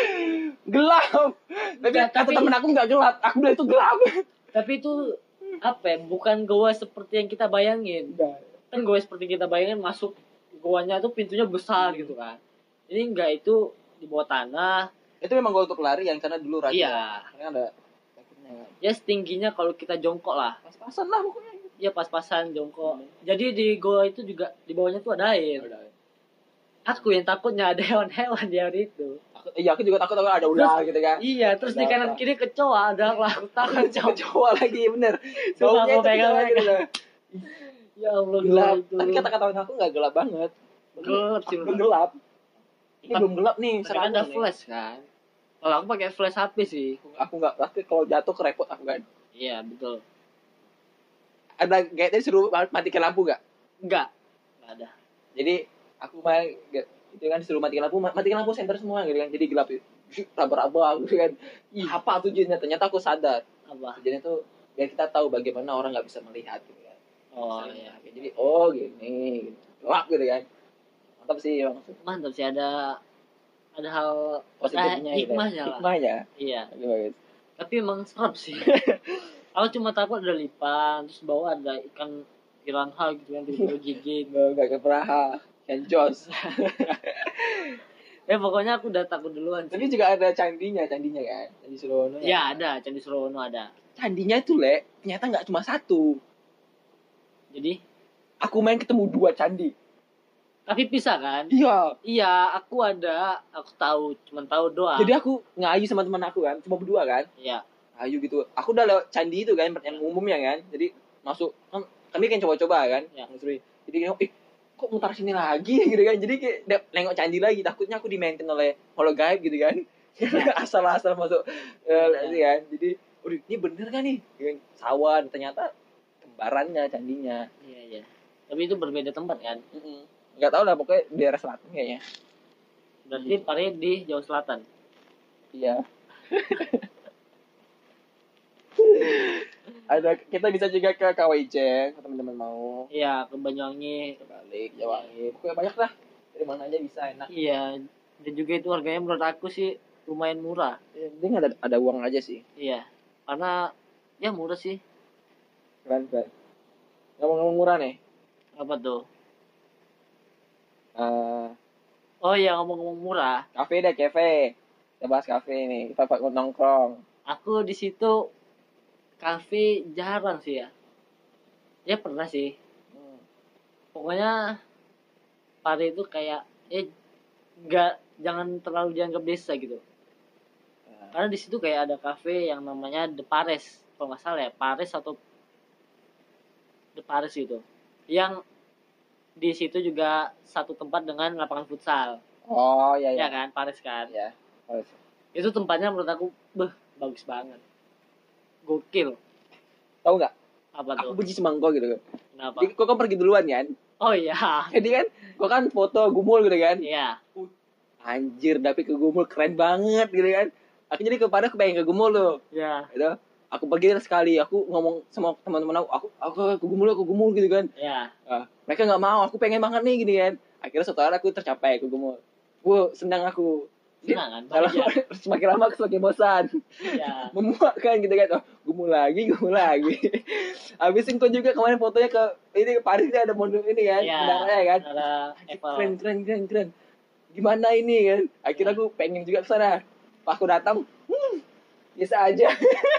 Gelap. Tapi temen aku nggak gelap. Aku bilang itu gelap. Tapi itu apa ya? Bukan goa seperti yang kita bayangin. Kan goa seperti kita bayangin masuk goanya tuh pintunya besar gitu kan. Ini enggak, itu di bawah tanah. Itu memang gua untuk lari yang sana dulu raja. Iya. Karena ada takutnya. Ya setingginya kalau kita jongkok lah. Pas-pasan lah pokoknya. Ya pas-pasan jongkok. Jadi di goa itu juga di bawahnya tuh ada air. Aku yang takutnya ada hewan-hewan di air itu. Aku juga takut ada ular gitu kan. Iya, terus di kanan kiri kecoa ada lah. Aku takut Kecoa lagi bener. Sumpah, Baunya aku itu pegang gitu loh. Ya Allah, Gelap. itu. Tapi kata-kata aku nggak gelap banget. Gelap sih. Belum gelap. Ini belum gelap nih. Tapi kan ada flash kan. Kalau aku pakai flash HP sih. Aku nggak. Tapi kalau jatuh kerepot aku kan. Iya, betul. Ada kayak tadi suruh matikan lampu nggak? Enggak ada. Jadi aku main itu kan disuruh matikan lampu senter semua gitu kan. Jadi gelap itu. Raba-raba gitu kan. Apa tujuannya? Ternyata aku sadar. Apa? Tujuannya tuh biar kita tahu bagaimana orang nggak bisa melihat gitu kan. Oh iya. Jadi gini gitu. Gelap gitu kan. Mantap sih bang. Mantap sih, ada hal Positifnya gitu. hikmahnya lah. Hikmahnya. Iya. Bagus. Tapi emang serem sih. Aku cuma takut ada lipan, terus bawah ada ikan piranha gitu kan, tiba-tiba gigit. Gak ke Praha. Kan Jos. Pokoknya aku udah takut duluan sih. Tapi juga ada candinya kan. Candi Surwono. Ya ada, Candi Surwono ada. Candinya itu ternyata nggak cuma satu. Jadi Aku main ketemu 2 candi. tapi pisah kan? Iya. Iya, aku tahu, cuma tahu doang. Jadi aku ngayu sama teman aku kan, cuma berdua kan. Iya. Ngayu gitu. Aku udah lewat candi itu kan, yang umumnya kan. Jadi masuk, kami kan coba-coba kan. Ya. Jadi kok mutar sini lagi gitu kan. Jadi kayak nengok candi lagi. Takutnya aku dimainkan oleh makhluk gaib gitu kan. Asal-asal masuk kan. Jadi, ini bener kan nih? Sawan, ternyata kembarannya candinya. Iya. Tapi itu berbeda tempat kan? Nggak tahu lah, pokoknya daerah selatan kayaknya. Berarti Pare di Jawa Selatan. Iya. Ada, kita bisa juga ke KWJ kalau teman-teman mau. Iya, ke Banyuwangi. Kebalik, Jawangi. Pokoknya banyak lah. Dari mana aja bisa enak. Iya, dan juga itu harganya menurut aku sih lumayan murah. Yang penting ada uang aja sih. Iya, karena ya murah sih. Keren. Ngomong-ngomong murah nih. Apa tuh? Eh, Oh iya, ngomong-ngomong murah, kafe deh, kafe. Kita bahas kafe nih. Kita nongkrong. aku di situ kafe jarang sih ya. Ya pernah sih. Pokoknya Pare itu kayak jangan terlalu dianggap desa gitu. Karena di situ kayak ada kafe yang namanya The Pares, kalau nggak salah ya, Pares atau The Pares gitu. Yang di situ juga satu tempat dengan lapangan futsal. Oh iya. Ya kan, Pares kan. Ya. Itu tempatnya menurut aku bagus banget. Gokil. Tahu nggak? Apa tuh? Aku benci semangko gitu. Kenapa? Jadi kok kan pergi duluan kan? Oh iya. Jadi kan, kok kan foto gumul gitu kan? Iya. Anjir, tapi ke gumul keren banget gitu kan? Aku jadi kepada kepengen ke gumul tuh. Iya. Gitu. Aku pergi sekali, aku ngomong sama teman-teman aku ke gumul gitu kan? Iya. Mereka nggak mau, aku pengen banget nih gini kan? Akhirnya suatu hari aku tercapai ke gumul. Wow, senang aku. Senang kan? Kalau Bahagia. semakin lama aku semakin bosan. Iya. Memuakkan gitu kan. Oh, gumul lagi. Habis itu juga kemarin fotonya ke Paris ada model ini kan, Iya. menaranya kan. Menara Eiffel. Keren. Gimana ini kan? Akhirnya aku pengen juga ke sana. Pas aku datang, biasa aja.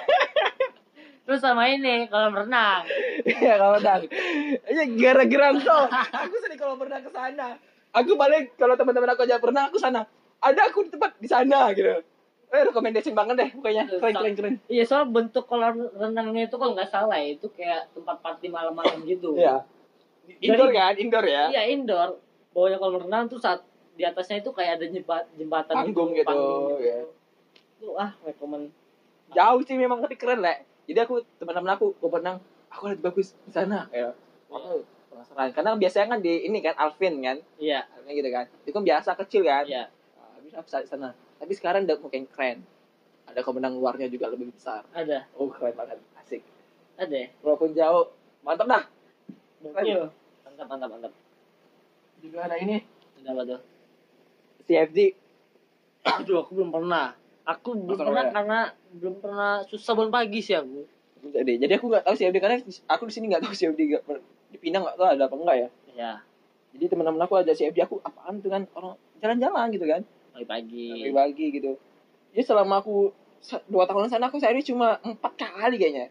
Terus sama ini kolam renang. Ya kalau datang. Ya gara-gara tuh. Aku sering kalau pernah ke sana. Aku balik kalau teman-teman aku aja pernah aku sana. Ada aku di tempat di sana gitu. Rekomendasi banget deh pokoknya. Keren. Iya, soal bentuk kolam renangnya itu kalau nggak salah ya, itu kayak tempat party malam-malam gitu. Iya. Indoor kan? Indoor ya? Iya, indoor. Bawahnya kolam renang tuh saat di atasnya itu kayak ada jembatan Panggung gitu, ya. Itu rekomen. Jauh sih memang tapi keren lah. Jadi aku teman-teman aku berenang, aku lihat bagus di sana ya. Aku penasaran karena biasanya kan di ini kan Alvin kan. Iya. Alvin gitu kan. Itu kan biasa kecil kan. Iya. Habis aku di sana. Tapi sekarang udah makin keren. Ada komenang luarnya juga lebih besar. Ada. Oh, keren banget. Asik. Ada ya? Walaupun jauh, mantap dah. Gokil. Mantap. Juga ada ini, Ada apa tuh? CFD. Aduh, aku belum pernah. Aku belum pernah karena belum pernah susah bangun pagi sih aku. Jadi aku nggak tahu CFD karena aku di sini nggak tahu CFD di Pinang nggak tahu ada apa enggak ya. Iya. Jadi teman-teman aku ada CFD, aku apaan tuh kan orang jalan-jalan gitu kan. Pagi-pagi gitu. Jadi selama aku 2 tahun sana aku sehari cuma 4 kali kayaknya.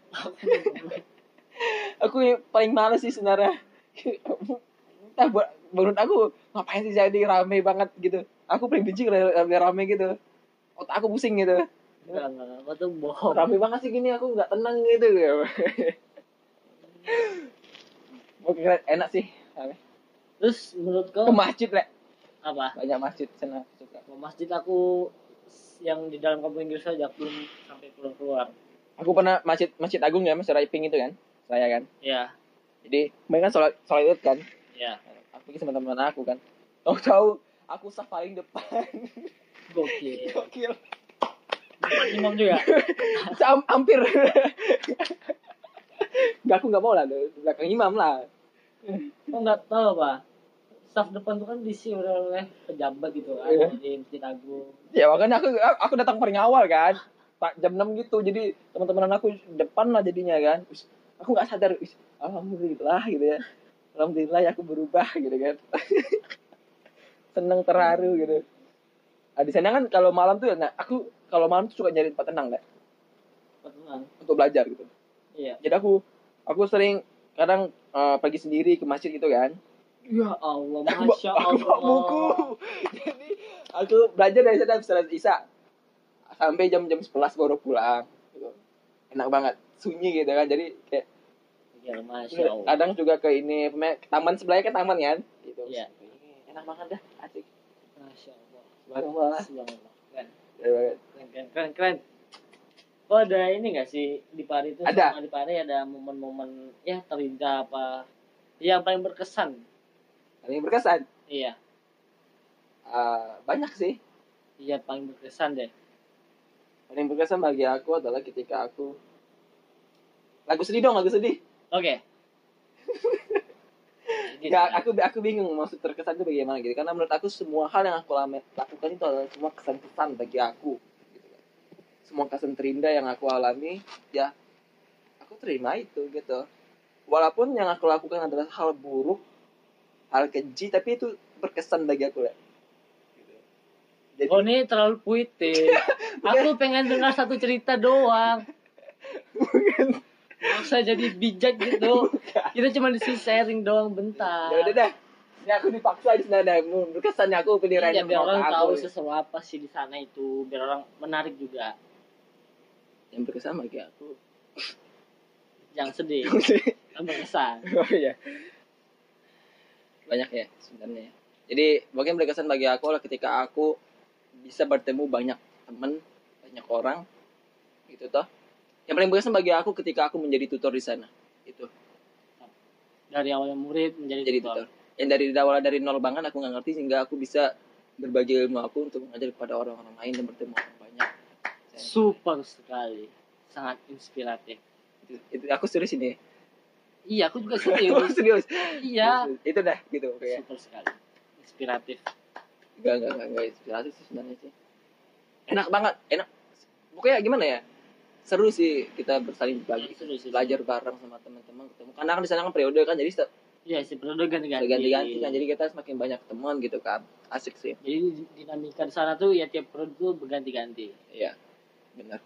Aku yang paling males sih sebenarnya. Entah menurut aku ngapain sih jadi rame banget gitu. Aku paling benci kalau rame gitu. Otak aku pusing gitu. Enggak, apa tuh bohong. Rame banget sih gini aku nggak tenang gitu. Oke, enak sih. Terus menurut kau Ke masjid lah. apa? Banyak masjid sana suka. Ke masjid aku yang di dalam kampung Inggris saja belum sampai keluar. Aku pernah masjid agung ya, Masjid Raya Pink itu kan. Saya kan. Iya. Jadi mereka kan sholat Id kan. Iya. Aku pergi sama teman aku kan. Tahu aku saf paling depan. Gokil. Gokil. Depan imam juga. Hampir. Aku nggak mau lah, belakang imam lah. Kau nggak tahu apa? Staf depan tuh kan diisi oleh pejabat gitu kan, Iya. di Masjid Agung. Ya makanya aku datang paling awal kan. Pak jam 6 gitu. Jadi teman-teman aku depan lah jadinya kan. Aku nggak sadar. Alhamdulillah gitu ya. Alhamdulillah ya aku berubah gitu kan. Seneng terharu gitu. Nah, di sana kan kalau malam tuh ya, nah aku kalau malam tuh suka nyari tempat tenang deh Betulan. untuk belajar gitu. Iya. Jadi aku sering kadang pergi sendiri ke masjid gitu kan. Ya Allah, Aku masya bawa Allah. buku. Jadi aku belajar dari sana setelah Isya sampai jam 11 baru pulang. Gitu. Enak banget, sunyi gitu kan. Jadi kayak Ya masya Allah. kadang juga ke ini ke taman sebelahnya kan taman kan. Gitu. Iya. Enak banget dah, asik. Masya Allah. Subhanallah. Subhanallah. Keren. Keren banget. Keren. Oh, ada ini nggak sih di Pari itu? Ada. Sama di Pari ada momen-momen ya terindah apa? Yang paling berkesan. Paling berkesan. Iya. Banyak sih. Iya, paling berkesan deh. Paling berkesan bagi aku adalah ketika aku Lagu sedih dong, lagu sedih. Oke. Nggak, aku bingung maksud terkesan itu bagaimana gitu. Karena menurut aku semua hal yang aku lakukan itu adalah semua kesan-kesan bagi aku. Gitu kan. Semua kesan terindah yang aku alami, ya aku terima itu gitu. Walaupun yang aku lakukan adalah hal buruk, hal keji, tapi itu berkesan bagi aku lah. Gitu. Jadi, Oh, ini terlalu puitis. Aku pengen dengar satu cerita doang. Nggak usah jadi bijak gitu. Kita cuma disi sharing doang bentar. ya udah dah. Ini aku dipaksa di sana dah. Berkesannya aku pilih Iya, random biar orang aku. tahu seseru apa sih di sana itu, biar orang menarik juga. Yang berkesan bagi aku. Jangan sedih. Yang berkesan. Oh iya. Banyak ya sebenarnya. Jadi bagian berkesan bagi aku adalah ketika aku bisa bertemu banyak teman, banyak orang, gitu toh. Yang paling berkesan bagi aku ketika aku menjadi tutor di sana. Itu. Dari awalnya murid menjadi Jadi tutor. tutor. Yang dari nol banget aku nggak ngerti sehingga aku bisa berbagi ilmu aku untuk mengajar kepada orang-orang lain dan bertemu orang banyak. Super sekali. Sangat inspiratif. Itu aku serius ini. Iya, aku juga Oh, serius. serius. Iya. Itu dah gitu kayak. Super sekali. Inspiratif. Enggak inspirasi sih sebenarnya sih. Enak banget, enak. Pokoknya gimana ya? Seru sih kita bersaling berbagi, Seru sih. belajar bareng sama teman-teman ketemu. Karena kan di sana kan periode kan jadi Iya, si periode ganti-ganti. ganti-ganti kan jadi kita semakin banyak temuan gitu kan. Asik sih. Jadi dinamika di sana tuh ya tiap periode tuh berganti-ganti. Iya. Benar.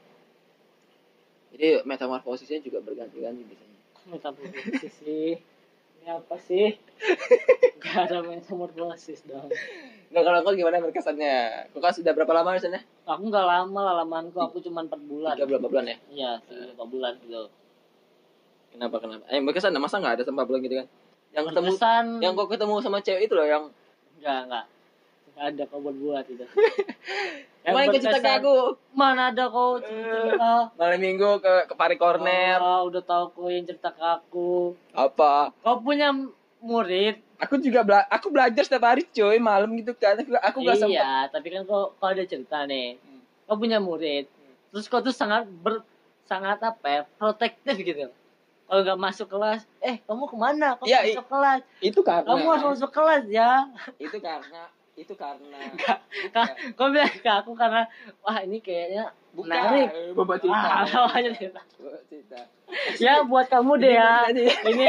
Jadi metamorfosisnya juga berganti-ganti biasanya. Metamorfosis sih. Ini apa sih? Gak ada metamorfosis dong. Nah, kalau kau gimana berkesannya? Kau kan sudah berapa lama di sana? Aku nggak lama lah lamaanku, aku cuma 4 bulan. 3 berapa bulan ya? Iya, 3 bulan gitu. Kenapa? Berkesan masa nggak ada sampai bulan gitu kan? Yang ketemu Berkesan. yang kau ketemu sama cewek itu loh yang Enggak ada kau buat itu. main ke cerita ke aku. Mana ada kau cerita? Malam minggu ke Pari Corner. Oh, udah tahu kau yang cerita ke aku. Apa? Kau punya murid? Aku juga aku belajar setiap hari coy malam gitu kan. Aku gak sempat. Iya, tapi kan kau ada cerita nih. Kau punya murid. Terus kau tuh sangat apa ya? Protektif gitu. Kalau nggak masuk kelas, kamu kemana? Kamu Ya, masuk kelas. Itu karena Kamu harus masuk kelas ya. itu karena Kau bilang ke aku karena wah ini kayaknya menarik. Bapak cerita. Awalnya cerita. Bapak cerita. Ya buat kamu deh ya. Ini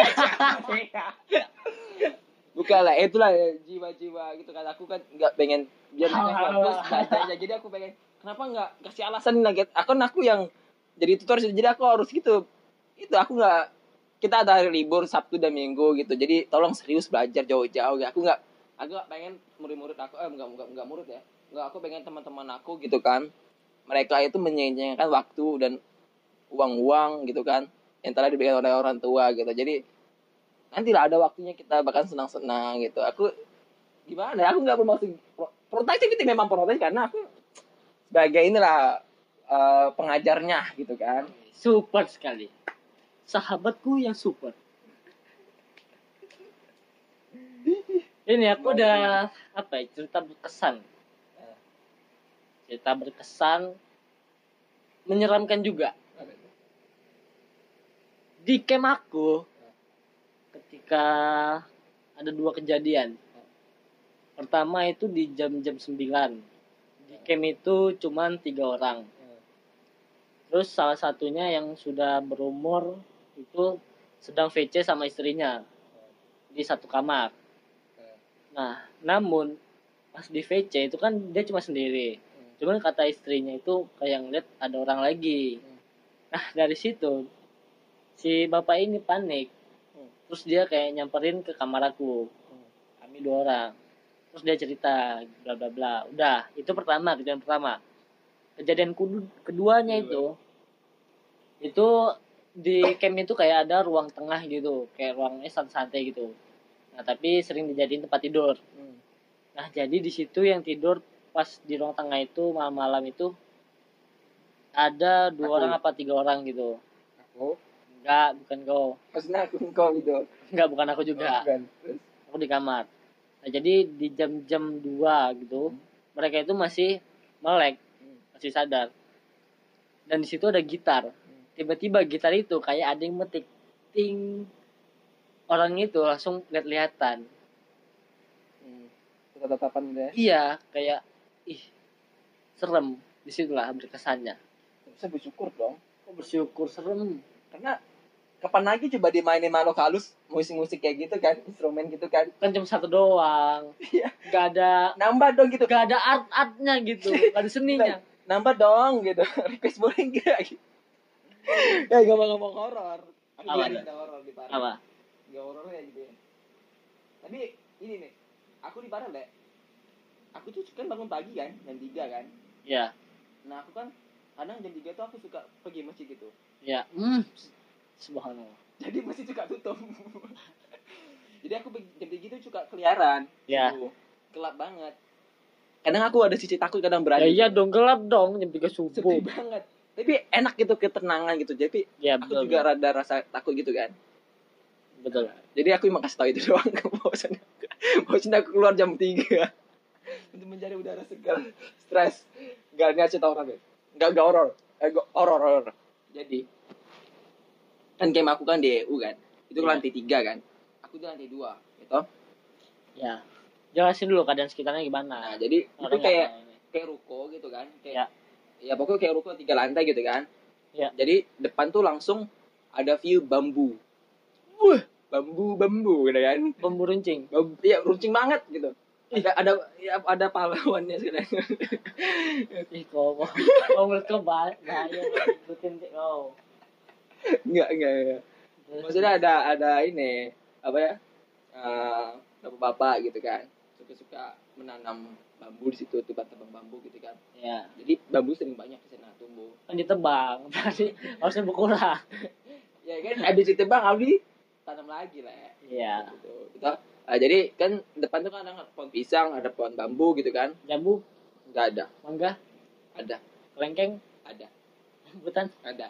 Bukan lah, itulah jiwa-jiwa gitu kan. Aku kan nggak pengen biar fokus bacanya. Jadi aku pengen kenapa nggak kasih alasan lagi. Aku yang jadi tutor jadi aku harus gitu. Itu aku nggak. Kita ada hari libur Sabtu dan Minggu gitu. Jadi tolong serius belajar jauh-jauh. Aku nggak pengen murid-murid aku nggak murid ya. Nggak, aku pengen teman-teman aku gitu kan. Mereka itu menyia-nyiakan waktu dan uang-uang gitu kan yang telah diberikan oleh orang tua gitu. Jadi nantilah ada waktunya kita bahkan senang-senang gitu. Aku gimana ya? Aku nggak bermaksud protektif, itu memang protektif karena aku sebagai inilah pengajarnya gitu kan. super sekali. Sahabatku yang super. Ini aku udah apa ya? Cerita berkesan. Menyeramkan juga. Di camp aku ketika ada 2 kejadian. Pertama itu di jam-jam 9. Di camp itu cuman 3 orang. Terus salah satunya yang sudah berumur itu sedang VC sama istrinya di satu kamar. Nah, namun pas di VC itu kan dia cuma sendiri. Cuman kata istrinya itu kayak ngeliat ada orang lagi. Nah, dari situ si bapak ini panik. Terus dia kayak nyamperin ke kamar aku. Kami 2 orang. Terus dia cerita bla bla bla. Udah, itu kejadian pertama. Kejadian keduanya itu di camp itu kayak ada ruang tengah gitu, kayak ruangnya santai gitu. Nah, tapi sering dijadiin tempat tidur. Nah, jadi di situ yang tidur pas di ruang tengah itu malam-malam itu ada 2 orang apa 3 orang gitu. Aku? Enggak, bukan kau. Maksudnya aku engkau gitu. Enggak, bukan aku juga. Bukan. Aku di kamar. Nah, jadi di jam-jam 2 gitu, mereka itu masih melek, masih sadar. Dan di situ ada gitar. tiba-tiba gitar itu kayak ada yang metik ting, orang itu langsung lihat-lihatan. Tatapan gitu ya. Iya, kayak ih serem. Disitulah berkesannya. Bisa bersyukur dong. Kok bersyukur serem? Karena kapan lagi coba dimainin makhluk halus musik-musik kayak gitu kan, instrumen gitu kan. Kan cuma satu doang. Iya. Gak ada Nambah dong gitu. gak ada art-artnya gitu, gak ada seninya. Nambah dong gitu. Request boleh enggak gitu. Ya ngomong-ngomong horor. Aku Apa juga ada? ada horor di Parel. Apa? Gak horor ya gitu ya. Tapi ini nih, aku di Parel deh. Aku tuh kan bangun pagi kan, jam 3 kan. Ya, Nah aku kan kadang jam 3 tuh aku suka pergi masjid gitu. ya. Subhanallah. Jadi masjid suka tutup. Jadi aku jam 3 itu suka keliaran. Ya. Gitu. Gelap banget. Kadang aku ada sisi takut, kadang Ya berani. iya dong, gelap dong jam 3 subuh. Sepi banget. Tapi enak gitu, ketenangan gitu. Jadi Ya, aku betul. juga rada rasa takut gitu kan. Betul. Jadi aku emang kasih tahu itu doang ke bosan aku keluar jam 3 untuk mencari udara segar, stres. Gak ngasih tahu orang, gak horor, horor. Jadi kan game aku kan di EU kan, itu Iya. lantai 3 kan, aku di lantai 2 gitu. Ya. Jelasin dulu keadaan sekitarnya Nah gimana. jadi itu Orang kayak nggak tahu ini. kayak ruko gitu kan, Ya. kayak ya pokoknya kayak ruko 3 lantai gitu kan. Ya. Jadi depan tuh langsung ada view bambu, bambu gitu kan. Bambu runcing. Iya runcing banget gitu. Ada pahlawannya sekarang. Ih, kok menurut kau bahaya ikutin kau. Enggak. Maksudnya ada ini apa ya? Bapak-bapak gitu kan. Suka menanam bambu di situ, tebang bambu gitu kan. Ya, Jadi bambu sering banyak di sana tumbuh. kan ditebang. Berarti harusnya berkurang. Ya kan habis ditebang habis tanam lagi lah. Iya. Gitu. Jadi kan depan tuh kan ada pohon pisang, ada pohon bambu gitu kan. Jambu, Enggak ada. mangga, Ada. kelengkeng, Ada. rambutan, Ada.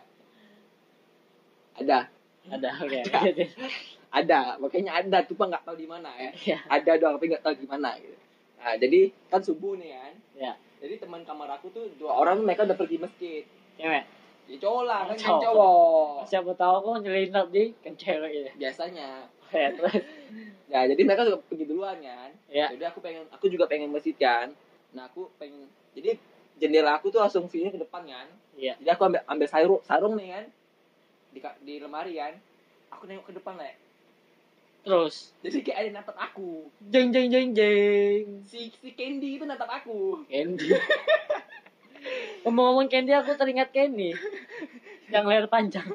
ada. Oke. Ada. Makanya ada tuh Pak nggak tahu di mana ya. Iya. Ada doang tapi nggak tahu di mana gitu. Nah, jadi kan subuh nih kan. Ya. Jadi teman kamar aku tuh 2 orang mereka udah pergi masjid. Cewek. Ya cowok lah, kan Cowok. cowok. Siapa tahu kok nyelinap di kan cewek ya. Biasanya. Ya, terus. Ya, jadi mereka udah pergi duluan kan. Ya. Jadi aku juga pengen masjid kan. Nah, aku pengen jadi jendela aku tuh langsung view-nya ke depan kan. Iya. Jadi aku ambil sarung nih kan. Di lemari kan. Aku nengok ke depan lah. Terus. Jadi kayak ada yang natap aku. Jeng. Si Candy itu natap aku. Candy. Ngomong-ngomong Candy, aku teringat Candy. Yang leher panjang.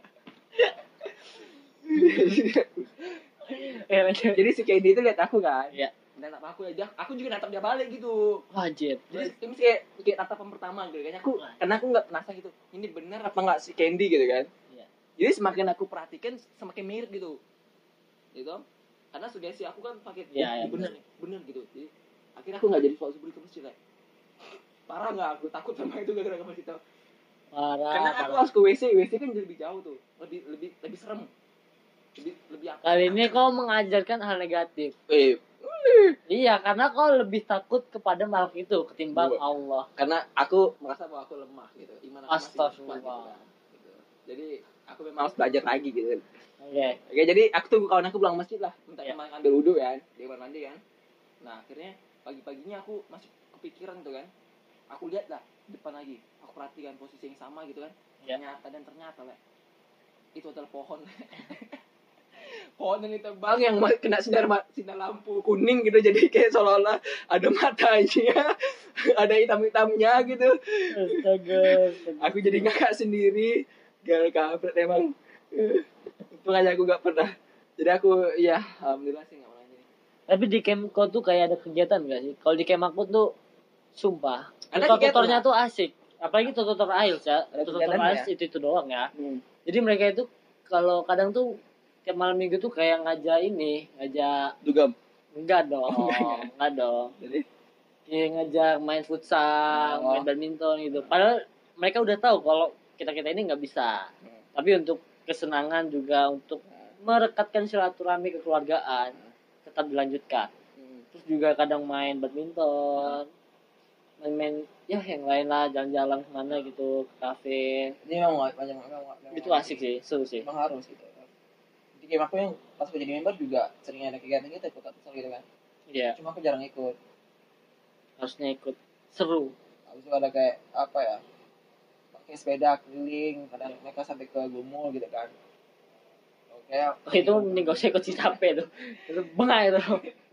Jadi si Candy itu lihat aku kan. Iya. Natap aku ya. Aku juga natap dia balik gitu. Wajib. Jadi ini kayak natapan pertama gitu kan. Karena aku nggak penasaran gitu. Ini bener apa nggak si Candy gitu kan. Iya. Jadi semakin aku perhatikan semakin mirip gitu. Gitu. Karena sudah sih aku kan pakai Iya, bener gitu. Jadi akhirnya aku nggak jadi sholat subuh ke masjid. Parah nggak aku takut sama itu gara-gara ke masjid. Karena aku harus ke WC kan lebih jauh tuh. Lebih serem. Lebih apa? Kali ini kau mengajarkan hal negatif. Iya, karena kau lebih takut kepada makhluk itu ketimbang Gua. Allah. Karena aku merasa bahwa aku lemah gitu. Iman aku masih Astagfirullah. kuat gitu kan. Gitu. Jadi aku memang harus belajar lagi gitu. Oke. Oke, jadi aku tunggu kawan aku pulang masjid lah, minta Ya. teman ambil wudhu kan, di kamar mandi kan. Nah, akhirnya pagi-paginya aku masih kepikiran tuh kan. Aku lihat lah depan lagi, aku perhatikan posisi yang sama gitu kan. Ya. Ternyata lah itu adalah pohon. Pohon yang ditebang yang kena sinar lampu kuning gitu, jadi kayak seolah-olah ada matanya, ada hitam-hitamnya gitu. Astaga. Aku jadi ngakak sendiri, kampret emang. Itu aja aku gak pernah. Jadi aku ya alhamdulillah sih gak pernah ini. Tapi di camp kau tuh kayak ada kegiatan gak sih? Kalau di camp aku tuh sumpah, Ada tutor-tutornya kegiatan, tuh asik. Apalagi tutor IELTS ya. Ada Tutor kegiatannya IELTS itu doang ya. Jadi mereka itu kalau kadang tuh tiap malam minggu tuh kayak ngajak Dugam. enggak dong, enggak. enggak dong. Jadi Kayak ngajak main futsal, main badminton gitu. Padahal mereka udah tahu kalau kita ini nggak bisa. Tapi untuk kesenangan juga untuk merekatkan silaturahmi kekeluargaan tetap dilanjutkan. Terus juga kadang main badminton. main ya yang lain lah, jalan-jalan kemana gitu, ke kafe. Ini memang Itu asik sih, seru sih. Emang harus gitu. Jadi kayak aku yang pas aku jadi member juga sering ada kegiatan gitu ikut futsal gitu kan. Iya, Cuma aku jarang ikut. harusnya ikut, seru. Habis itu ada kayak apa ya? Pakai sepeda keliling, kadang mereka sampai ke Gumul gitu kan. Oke. Itu mending gak usah ikut si capek tuh. Itu bengah itu.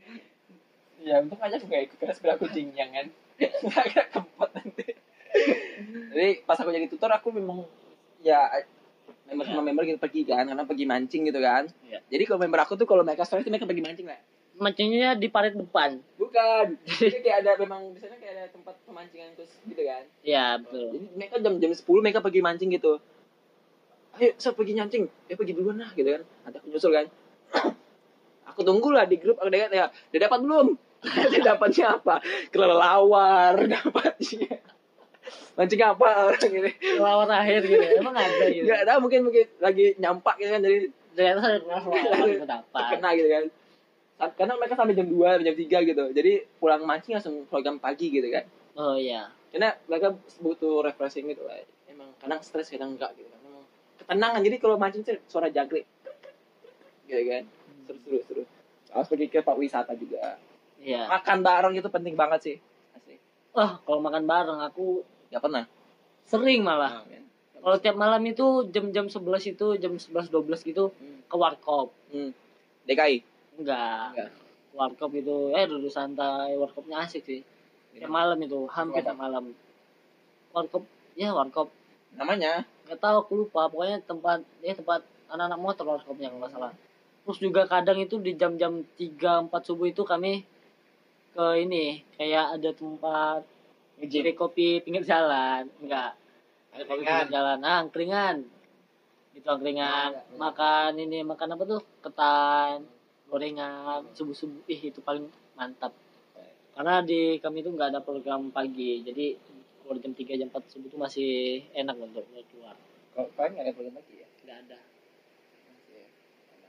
Ya untung aja aku gak ikut karena sepeda aku jinjang kan. Agak kempot nanti. Jadi pas aku jadi tutor aku memang ya member sama member gitu pergi kan karena pergi mancing gitu kan. Iya. Jadi kalau member aku tuh kalau mereka stres itu mereka pergi mancing lah. Mancingnya di parit depan. Bukan. Jadi kayak ada memang di sana kayak ada tempat pemancingan terus gitu kan. Iya, betul. Jadi mereka jam 10 mereka pergi mancing gitu. Ayo, saya pergi mancing. Ya pergi duluan lah gitu kan. Nanti aku nyusul kan. Aku tunggu lah di grup aku lihat ya. Udah dapat belum? Dia dapatnya apa? Kelelawar dapatnya. Mancing apa orang ini? Lawan akhir gitu. Emang ada gitu. Enggak tahu mungkin lagi nyampak gitu kan jadi Dari atas ada lawan itu dapat. kena gitu kan. Karena mereka sampai jam 2, jam 3 gitu. Jadi pulang mancing langsung program pagi gitu kan. Oh iya. Karena mereka butuh refreshing gitu lah. Emang kadang stres kadang enggak gitu kan. Emang ketenangan. Jadi kalau mancing tuh suara jaglek. Gitu kan. Seru. Harus pergi ke tempat wisata juga. Iya. Makan bareng itu penting banget sih. Asli. Wah, kalau makan bareng aku Gak pernah. sering malah. men. Kalau tiap malam itu jam-jam 11 itu, jam 11 12 gitu ke warkop. DKI. Enggak. Warkop itu duduk santai, warkopnya asik sih. Tiap malam itu, hampir tiap malam. Warkop, ya warkop. Namanya Enggak tahu aku lupa, pokoknya tempat anak-anak motor warkopnya kalau nggak salah. Terus juga kadang itu di jam-jam 3 4 subuh itu kami ke ini, kayak ada tempat cari kopi pinggir jalan. Enggak. Ada kopi pinggir jalan. Angkringan. Gitu angkringan. Makan apa tuh? Ketan, gorengan, subuh-subuh. Itu paling mantap. Karena di kami itu nggak ada program pagi. Jadi kalau jam 3 jam 4 subuh itu masih enak untuk keluar. kalau kalian nggak ada program lagi ya? Nggak ada. Masih ya.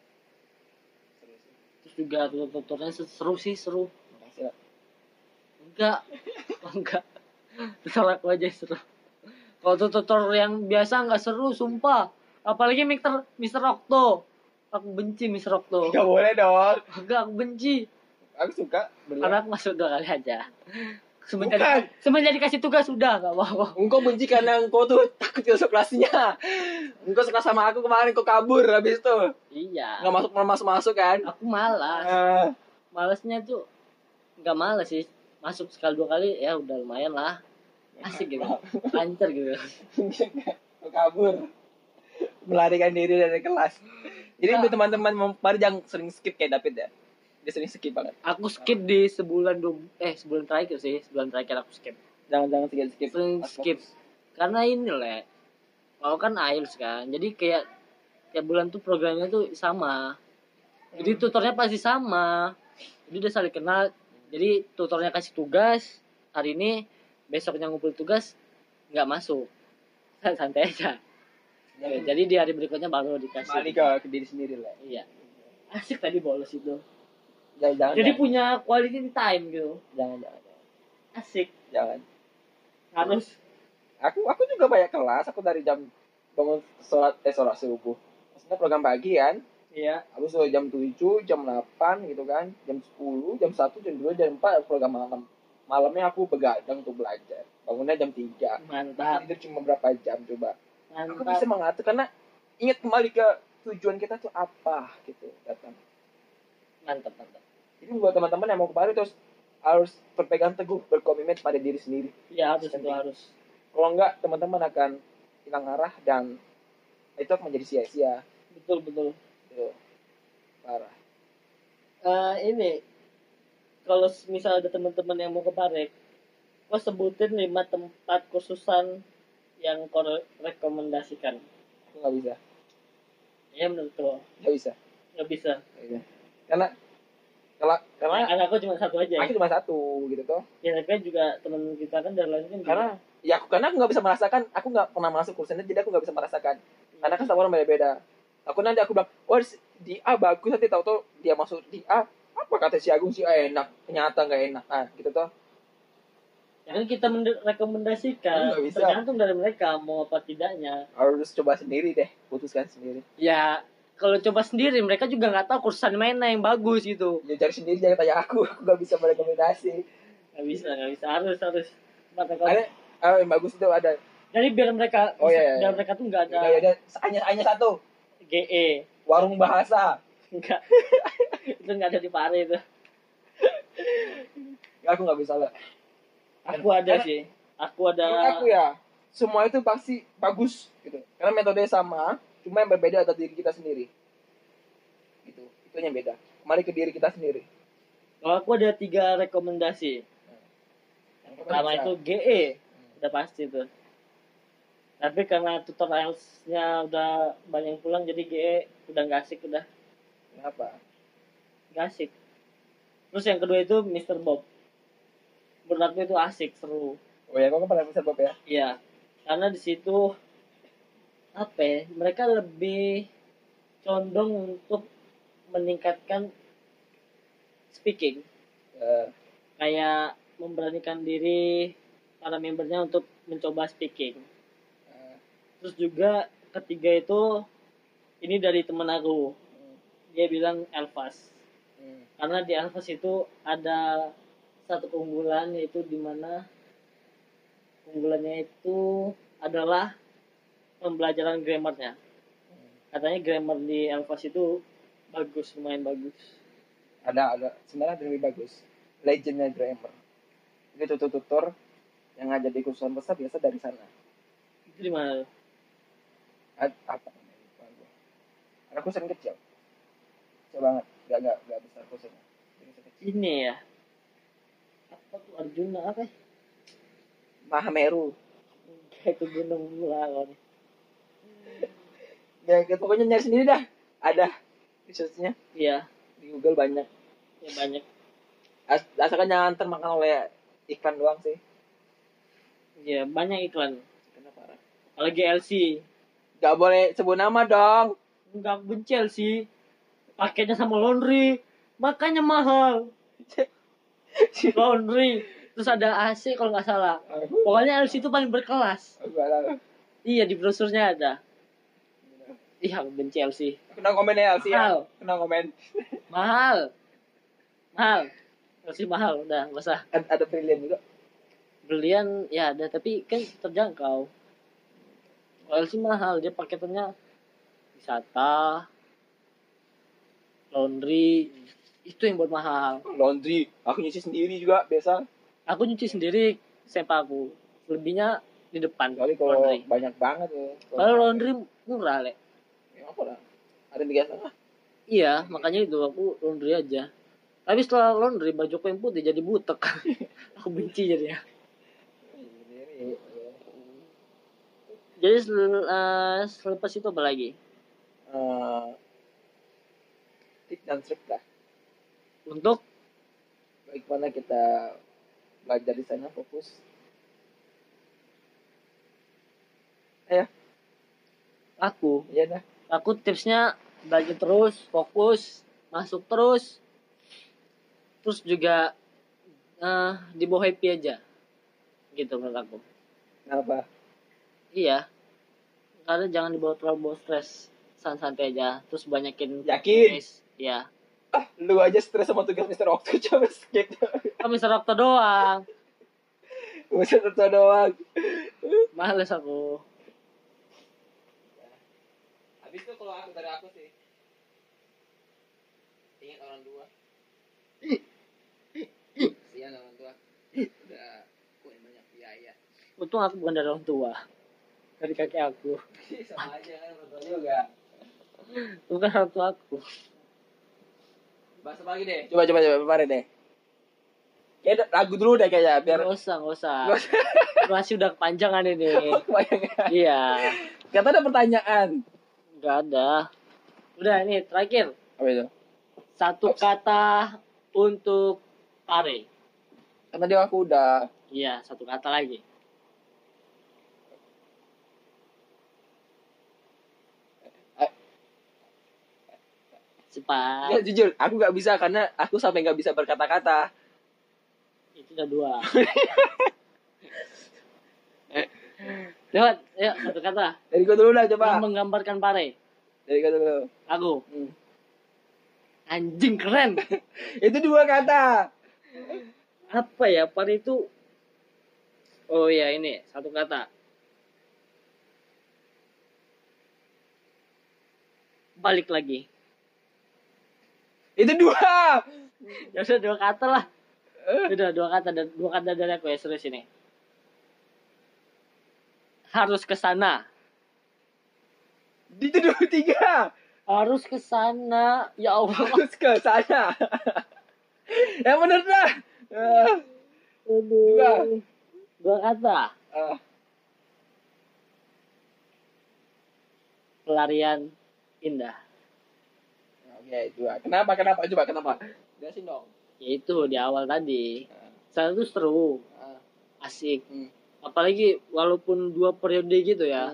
Seru sih. Terus juga tutornya seru sih, seru. Makasih lah. Enggak. Tutor aku aja seru. Kalau tutor yang biasa nggak seru, sumpah. Apalagi Mister Okto. Aku benci Mister Okto. Gak boleh dong. Enggak, aku benci. Aku suka. Karena aku masuk 2 kali aja. Semenjak dikasih tugas sudah nggak mau. Engkau benci karena engkau tuh takut masuk kelasnya. Engkau suka sama aku kemarin, engkau kabur habis itu. Iya. Nggak masuk kan? Aku malas. Ah. Malasnya tuh nggak malas sih. Masuk sekali 2 kali ya udah lumayan lah. Asik gitu. Lancar gitu. Engkau kabur. Melarikan diri dari kelas. Jadi buat teman-teman mari jangan sering skip kayak David ya. Dia sering skip banget. Aku skip di sebulan terakhir sih. Sebulan terakhir aku skip. Jangan skip. Sering skip. Karena ini lah. Aku kan IELTS kan. Jadi kayak tiap bulan tuh programnya tuh sama. Jadi tutornya pasti sama. Jadi udah saling kenal. Jadi tutornya kasih tugas hari ini, besoknya ngumpul tugas nggak masuk. Santai aja. Jadi di hari berikutnya baru dikasih. Balik ke diri sendiri lah. Iya. Asik tadi bolos itu. Jangan. Jadi punya quality time gitu. Jangan. Asik. Jangan. Harus. Aku juga banyak kelas. Aku dari jam bangun sholat subuh. Maksudnya program pagi kan. Iya. Habis itu jam 7, jam 8 gitu kan. Jam 10, jam 1, jam 2, jam 4 program malam. Malamnya aku begadang untuk belajar. Bangunnya jam 3. Mantap. Tidur cuma berapa jam coba. Aku bisa Mantap. mengatur karena ingat kembali ke tujuan kita tuh apa gitu. Datang. Mantap. Jadi buat teman-teman yang mau ke Bali terus harus berpegang teguh, berkomitmen pada diri sendiri. Ya harus itu Penting. harus. Kalau enggak, teman-teman akan hilang arah dan itu akan menjadi sia-sia. Betul. Gitu. Parah. Ini kalau misal ada teman-teman yang mau ke Parek, kau sebutin 5 tempat khususan yang kau rekomendasikan. Aku nggak bisa. Ya menurut kau Nggak bisa. nggak bisa. Karena Karena aku cuma satu aja. aku cuma satu gitu tuh. Ya tapi juga teman kita kan dari lain kan. Karena aku nggak bisa merasakan, aku nggak pernah masuk kursusnya, jadi aku nggak bisa merasakan. Karena kan setiap orang beda-beda. Aku bilang, di A bagus, nanti tahu dia masuk di A, apa kata si Agung si A enak, ternyata nggak enak, gitu tuh. Ya kan kita rekomendasikan, Nggak bisa. tergantung dari mereka mau apa tidaknya. Harus coba sendiri deh, putuskan sendiri. Ya kalau coba sendiri mereka juga nggak tahu kursusan mana yang bagus gitu. Ya cari sendiri, jangan tanya aku nggak bisa merekomendasi. Nggak bisa harus Maka Ada yang bagus itu ada. jadi biar mereka Iya. biar mereka tuh nggak ada Ada hanya satu, GE. warung bahasa. Enggak. Itu nggak ada di Pare itu. Aku nggak bisa lah. Aku ada sih. Aku ada. Menurut aku ya, semua itu pasti bagus gitu. Karena metodenya sama, cuma yang berbeda adalah diri kita sendiri. Gitu. Itu yang beda. Kembali ke diri kita sendiri. Kalau aku ada 3 rekomendasi. Yang pertama itu GE, udah pasti tuh. Tapi karena tutorialsnya udah banyak yang pulang, jadi GE udah nggak asik udah. Kenapa? Nggak asik. Terus yang kedua itu Mr. Bob. Menurut aku itu asik, seru. Oh ya, kau kan pernah bisa Bob ya? Iya, karena di situ apa ya, mereka lebih condong untuk meningkatkan speaking, kayak memberanikan diri para membernya untuk mencoba speaking. Terus juga ketiga itu ini dari temen aku, dia bilang Elvas, karena di Elvas itu ada satu keunggulan, yaitu dimana keunggulannya itu adalah pembelajaran grammarnya. Katanya grammar di Elvas itu bagus, lumayan bagus. Ada sebenarnya ada lebih bagus. Legendnya grammar. Itu tutor yang ngajar di kursusan besar biasa dari sana. Itu di mana? Apa namanya? Lupa gua. Karena kursusan kecil. Kecil banget. Gak besar kursusnya. Ini ya. Apa tuh Arjuna apa? Ya? Mahameru. Kayak ke Gunung Melawan. Ya, pokoknya nyari sendiri dah. Ada researchnya Iya, di Google banyak. ya banyak. Asalkan jangan termakan oleh iklan doang sih. Iya, banyak iklan. Kenapa? Apalagi LC. Gak boleh sebut nama dong. Enggak benci LC. Paketnya sama laundry. Makanya mahal. Laundry. Terus ada AC kalau nggak salah. Pokoknya LC itu paling berkelas. Iya, di brosurnya ada. Iya, aku benci LC. Kena komen ya, Alsi ya. Mahal. Kena komen. Mahal. LC mahal, udah nggak usah. Ada Brilliant juga. Belian ya ada, tapi kan terjangkau. Kalau LC mahal, dia paketannya wisata, laundry, itu yang buat mahal. Laundry, aku nyuci sendiri juga biasa. Aku nyuci sendiri sempaku, lebihnya di depan. Kali kalau laundry. banyak banget ya. Kalau laundry murah, Le. Ya apa lah? Ada yang 3,5. Iya, makanya itu aku laundry aja. Tapi setelah laundry bajuku yang putih jadi butek. Aku benci jadinya. Jadi selepas itu apa lagi? Tip dan trik lah. Untuk Bagaimana kita belajar di sana fokus. aku, Iya dah. aku tipsnya belajar terus, fokus, masuk terus. Terus juga dibawa happy aja. Gitu menurut aku. Kenapa? Iya. Karena jangan dibawa terlalu stres. Santai aja. Terus banyakin Yakin? practice. Iya. Lu aja stres sama tugas Mr. Okto, coba skip. Kan Mr. Okto doang. Mr. Okto doang. Males aku. Habis itu kalau aku dari aku sih, ingat orang tua. Kasihan orang tua. Udah punya banyak biaya. Untung aku bukan dari orang tua. Dari kakek aku. Sama aja kan orang tua juga. Bukan orang tua aku. Bahas apa lagi deh? Coba kemarin deh. Kayak lagu dulu deh kayaknya biar. Nggak usah. Masih udah kepanjangan ini. Kebanyakan. Iya. Kata ada pertanyaan. Nggak ada. Udah ini terakhir. Apa itu? Satu kata untuk pare. Karena dia aku udah. Iya, satu kata lagi. Cepat. Ya, jujur, aku nggak bisa karena aku sampai nggak bisa berkata-kata. Itu udah 2. Lewat, yuk satu kata. Dari gua dulu lah coba. Yang menggambarkan pare. Dari gua dulu. Aku. Anjing keren. Itu 2 kata. Apa ya pare itu? Oh ya ini satu kata. Balik lagi. Itu 2. Ya udah 2 kata lah. Udah 2 kata dari aku ya serius ini. Harus ke sana. Itu 3. Harus ke sana. Ya Allah. Harus ke sana. Yang bener dah. Aduh. 2 kata. Pelarian indah. Oke, 2. Kenapa? Coba kenapa? Jelasin dong. Ya itu di awal tadi. Sana tuh seru, asik. Apalagi walaupun 2 periode gitu ya.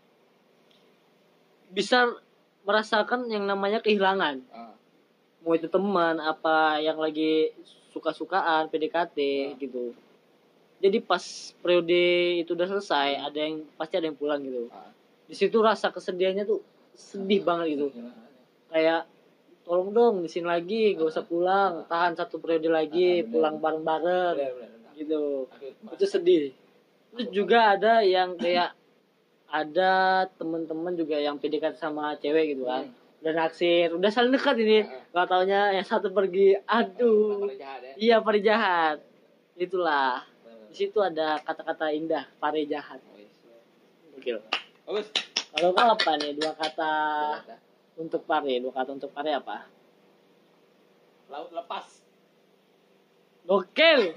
Bisa merasakan yang namanya kehilangan. Mau itu teman, apa yang lagi suka-sukaan, PDKT gitu. Jadi pas periode itu udah selesai, pasti ada yang pulang gitu. Di situ rasa kesedihannya tuh sedih banget gitu. Kayak tolong dong di sini lagi, gak usah pulang, tahan 1 periode lagi, pulang bareng-bareng gitu. Itu sedih. Terus juga ada yang kayak ada teman-teman juga yang PDKT sama cewek gitu kan. Udah naksir, udah saling dekat ini. Gak taunya yang satu pergi, aduh. Iya, pare jahat. Itulah. Di situ ada kata-kata indah, pare jahat. Gokil. Bagus. Kalau kau apa nih 2 kata untuk pare? 2 kata untuk pare apa? Laut lepas. Gokil.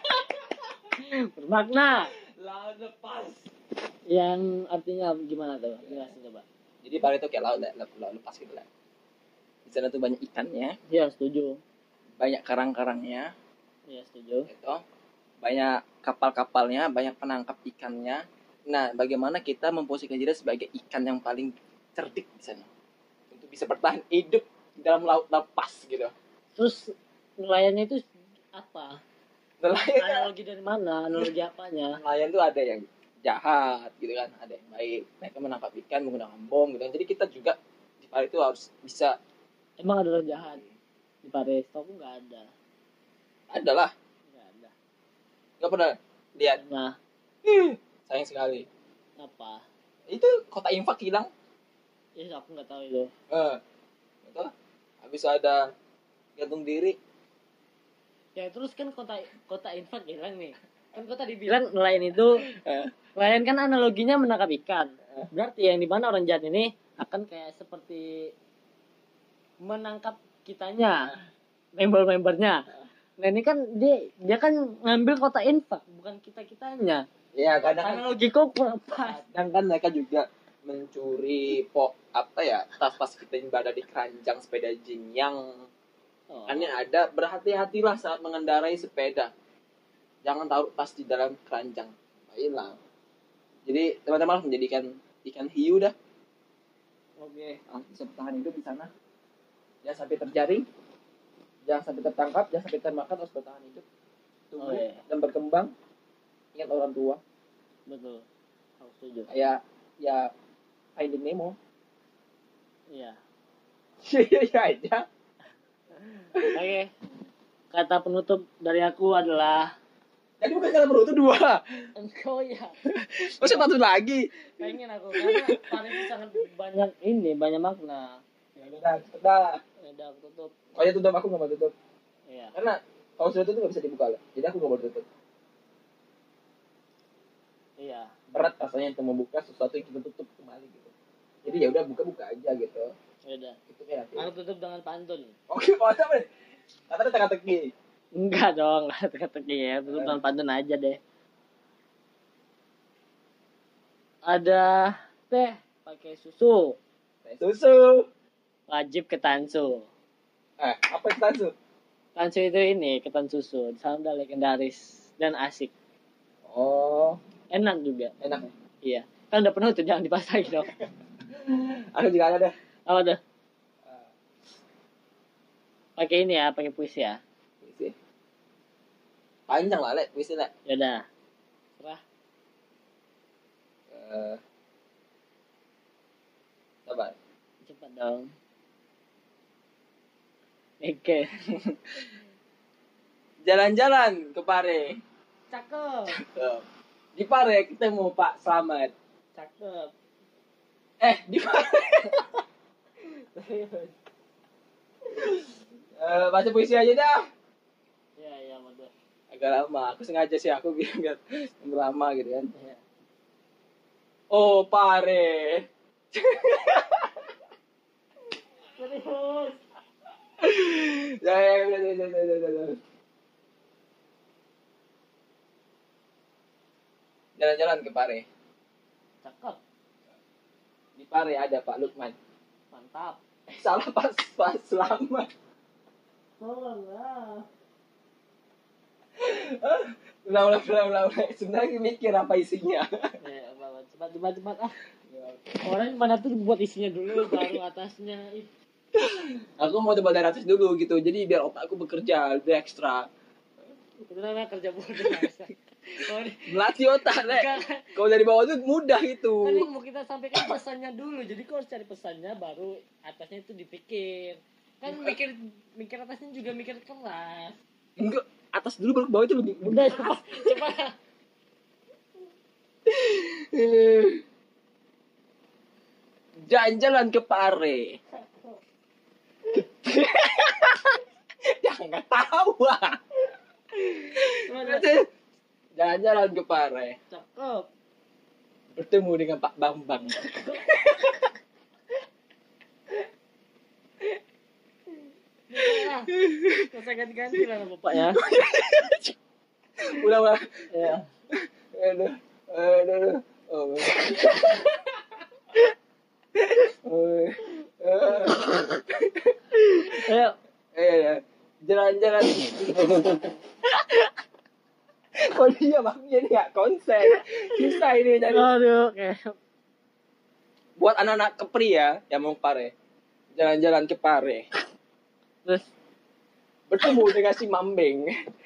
Bermakna. Laut lepas. Yang artinya gimana tuh? Jelasin coba. Jadi pare itu kayak laut lepas gitu lah. Di sana tuh banyak ikannya, Iya, setuju. banyak karang-karangnya, Iya, setuju. gitu. Banyak kapal-kapalnya, banyak penangkap ikannya. Nah, bagaimana kita memposisikan diri sebagai ikan yang paling cerdik di sana untuk bisa bertahan hidup di dalam laut lepas gitu. Terus nelayannya itu apa? Nelayan, Analogi dari mana? Analogi apanya? nelayan tuh ada yang jahat gitu kan, ada yang baik. Mereka menangkap ikan menggunakan bom gitu kan. Jadi kita juga di pare itu harus bisa. Emang ada orang jahat di Pare? Setahu nggak ada. Adalah, Nggak ada. nggak pernah lihat. Nah, Sayang sekali. apa? Itu kota infak hilang. Ya aku nggak tahu itu. Itu habis ada gantung diri. Ya terus kan kota infak hilang nih. Kan kota dibilang nelayan itu, nelayan kan analoginya menangkap ikan. Berarti yang di mana orang jahat ini akan kayak seperti menangkap kitanya, member-membernya. Nah ini kan dia kan ngambil kota infak, bukan kita-kitanya. Ya, kadang kan, Analogi kok kurang pas. kadang kan mereka juga mencuri tas-tas kita yang berada di keranjang sepeda jin yang kan ada. Berhati-hatilah saat mengendarai sepeda. Jangan taruh tas di dalam keranjang, hilang. Jadi teman-teman harus menjadikan ikan hiu dah. Oke. Bisa bertahan hidup di sana. Jangan sampai terjaring, jangan sampai tertangkap, jangan sampai termakan, harus bertahan hidup. Tumbuh dan berkembang. Ingat orang tua. Betul. Aku setuju. Kayak ya Finding Nemo. Iya. Iya aja. Oke. Kata penutup dari aku adalah Jadi bukan kata penutup 2. engkau ya. Masa satu lagi? Pengen aku karena Pare itu sangat banyak makna. Ya udah. Ya udah aku tutup. Oh ya tutup, aku nggak mau tutup. Iya. Karena kalau sudah tutup nggak bisa dibuka lah. Jadi aku nggak mau tutup. Iya. Berat rasanya untuk membuka sesuatu yang kita tutup kembali gitu. Jadi ya udah buka aja gitu. Ya udah. Itu ya. Aku tutup dengan pantun. Oke, mantap nih. Kata teka-teki. Enggak dong, teka-teki ya. Tutup dengan pantun aja deh. Ada teh pakai susu, Susu. wajib ke Tansu. Apa itu tansu? Tansu itu ini ketan susu, di sana udah legendaris dan asik. Oh, Enak juga. enak. Iya. Kan udah penuh tuh, jangan dipasangin dong. Aku juga ada deh. Apa tuh? Pakai ini ya, pakai puisi ya. Puisi. Panjang lah, Lek. Puisi, Lek. Ya udah. Serah. Sabar. Cepat dong. Oke. Jalan-jalan ke Pare. Cakep. Di Pare ketemu Pak Slamet. Cakep. Di Pare. Baca puisi aja dah. Ya, betul. Agak lama. Aku sengaja sih aku biar lama gitu kan. Ya. Oh, Pare. Serius. Ya. Jalan-jalan ke Pare. Cakep. Di Pare ada Pak Lukman. Mantap. Salah Pak Slamet. Tolong lah. Ulang. Sebenarnya mikir apa isinya. Ya, cepat ah. Orang mana tuh buat isinya dulu baru atasnya. Aku mau coba dari atas dulu gitu. Jadi biar otakku bekerja lebih ekstra. Itu namanya kerja bodoh. Melatih otak, Nek. Kalau dari bawah tuh mudah itu. Kan yang mau kita sampaikan pesannya dulu. Jadi kau harus cari pesannya baru atasnya itu dipikir. Kan mikir atasnya juga mikir keras. Enggak, atas dulu baru ke bawah itu lebih Udah cepat. Jalan-jalan ke Pare. Jangan ketawa. Jalan-jalan ke Pare. Cakep. Bertemu dengan Pak Bambang. Usah ganti-ganti lah nama Bapak ya. Ulang. Ya. Aduh. Oh. Ayo. Jalan-jalan. Oh dia maknya ini gak konsen. Susah ini jadi. Aduh, oke. Buat anak-anak kepri ya, yang mau ke Pare. Jalan-jalan ke Pare. Terus Bertemu dengan si Mambeng.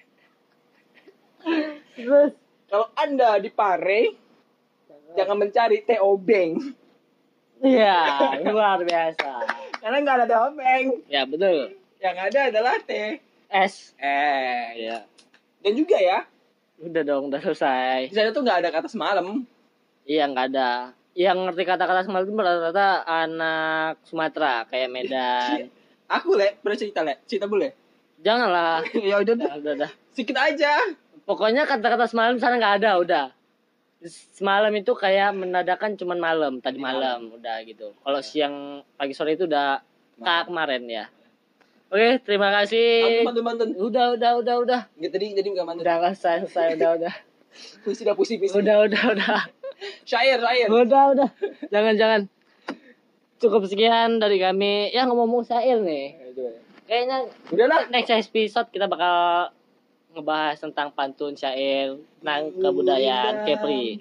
terus Kalau Anda di Pare, jangan mencari Teh Obeng. iya, luar biasa. Karena nggak ada Teh Obeng. Ya, betul. Yang ada adalah Teh. S. Ya. Dan juga ya, Udah dong, udah selesai. di sana tuh nggak ada kata semalam. Iya, nggak ada. Yang ngerti kata-kata semalam itu rata-rata anak Sumatera kayak Medan. Aku pernah cerita boleh? Janganlah. Ya udah, Udah. sedikit aja. Pokoknya kata-kata semalam sana nggak ada, udah. Semalam itu kayak menadakan cuman malam, tadi malam, udah gitu. Kalau siang pagi sore itu udah kemarin ya. Oke, terima kasih. Mantan. Udah. Nggak, tadi nggak mantan. Udah selesai, udah. Puisi. Udah. Syair. Udah. Jangan. Cukup sekian dari kami. Ya ngomong syair nih. Kayaknya Udahlah. next episode kita bakal ngebahas tentang pantun syair tentang kebudayaan Kepri.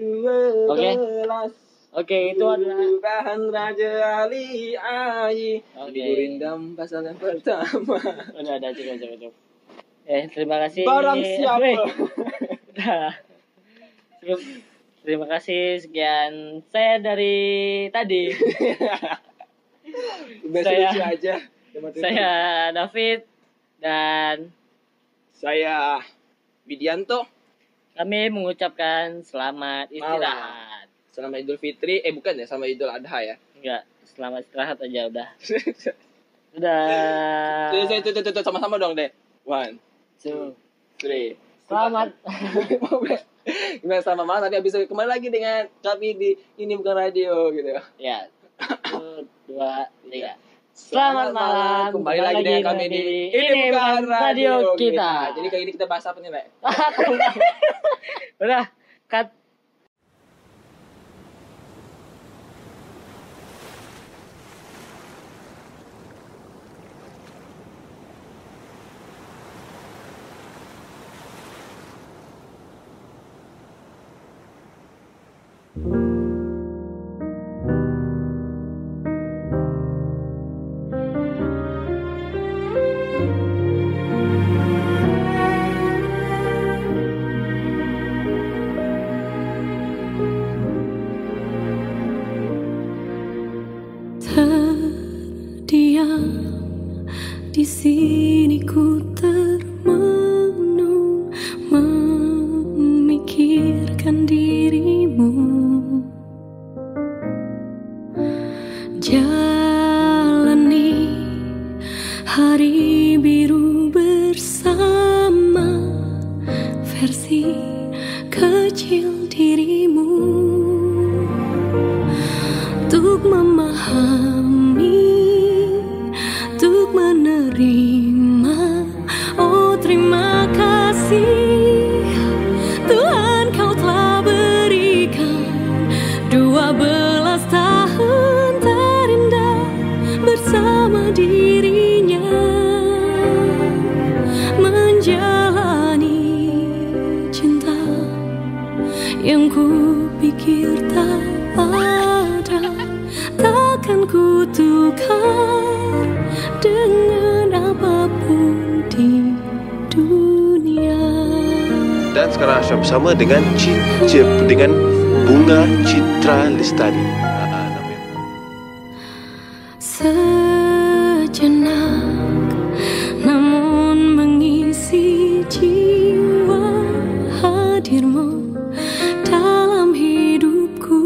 Oke, itu adalah Bahan Raja Ali Ayi. Oke. Di Gurindam pasal yang pertama. udah cukup. Terima kasih. Barang siapa? Udah. Cukup. Terima kasih sekian saya dari tadi. Lucu aja. Saya David dan Saya Widianto. kami mengucapkan selamat istirahat. Selamat Idul Fitri. Bukan ya, selamat Idul Adha ya. Enggak, selamat istirahat aja udah. Udah. Tuh, sama-sama dong deh. 1, 2, 3. Selamat. Gimana sama malam, tapi habis kembali lagi dengan kami di Ini Bukan Radio gitu. Ya. 1, 2, 3. Selamat malam. Kembali lagi dengan kami di Ini Bukan Radio kita. Jadi kali ini kita bahas apa nih, Lek? Udah, cut. Di sini ku termenung memikirkan dirimu. Jalani hari biru bersama versi kecil dirimu. Untuk memahami, untuk menerima. Oh terima kasih Tuhan, kau telah berikan 12 tahun terindah bersama dirinya, menjalani cinta yang ku pikir tak ada, takkan ku tukar dengan apapun di dunia. Dan sekarang Ashraf bersama dengan dengan Bunga Citra Lestari. Sejenak namun mengisi jiwa hadirmu dalam hidupku.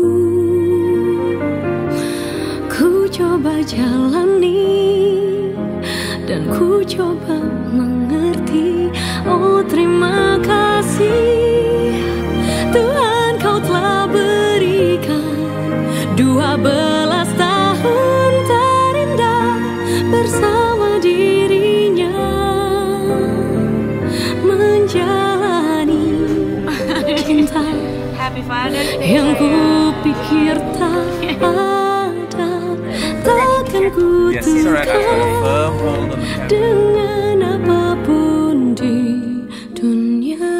Ku coba jalani dan ku coba mengerti. Oh terima kasih Tuhan, kau telah berikan 12 tahun terindah bersama dirinya, menjalani cinta yang ku pikir tak ada, takkan ku tukar dengan apapun di dunia.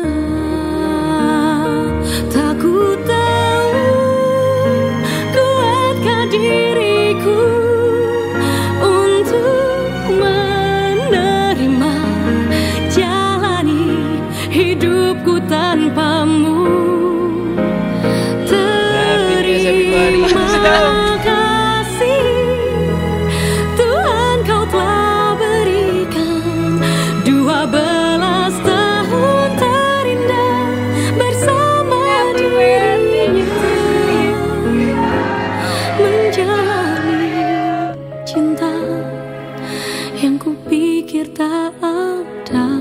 Tak ku tahu kuatkah diriku untuk menerima jalani hidupku tanpamu. Terima kasih Tuhan, kau telah berikan 12 tahun terindah bersama dirinya, menjalani cinta yang ku pikir tak ada.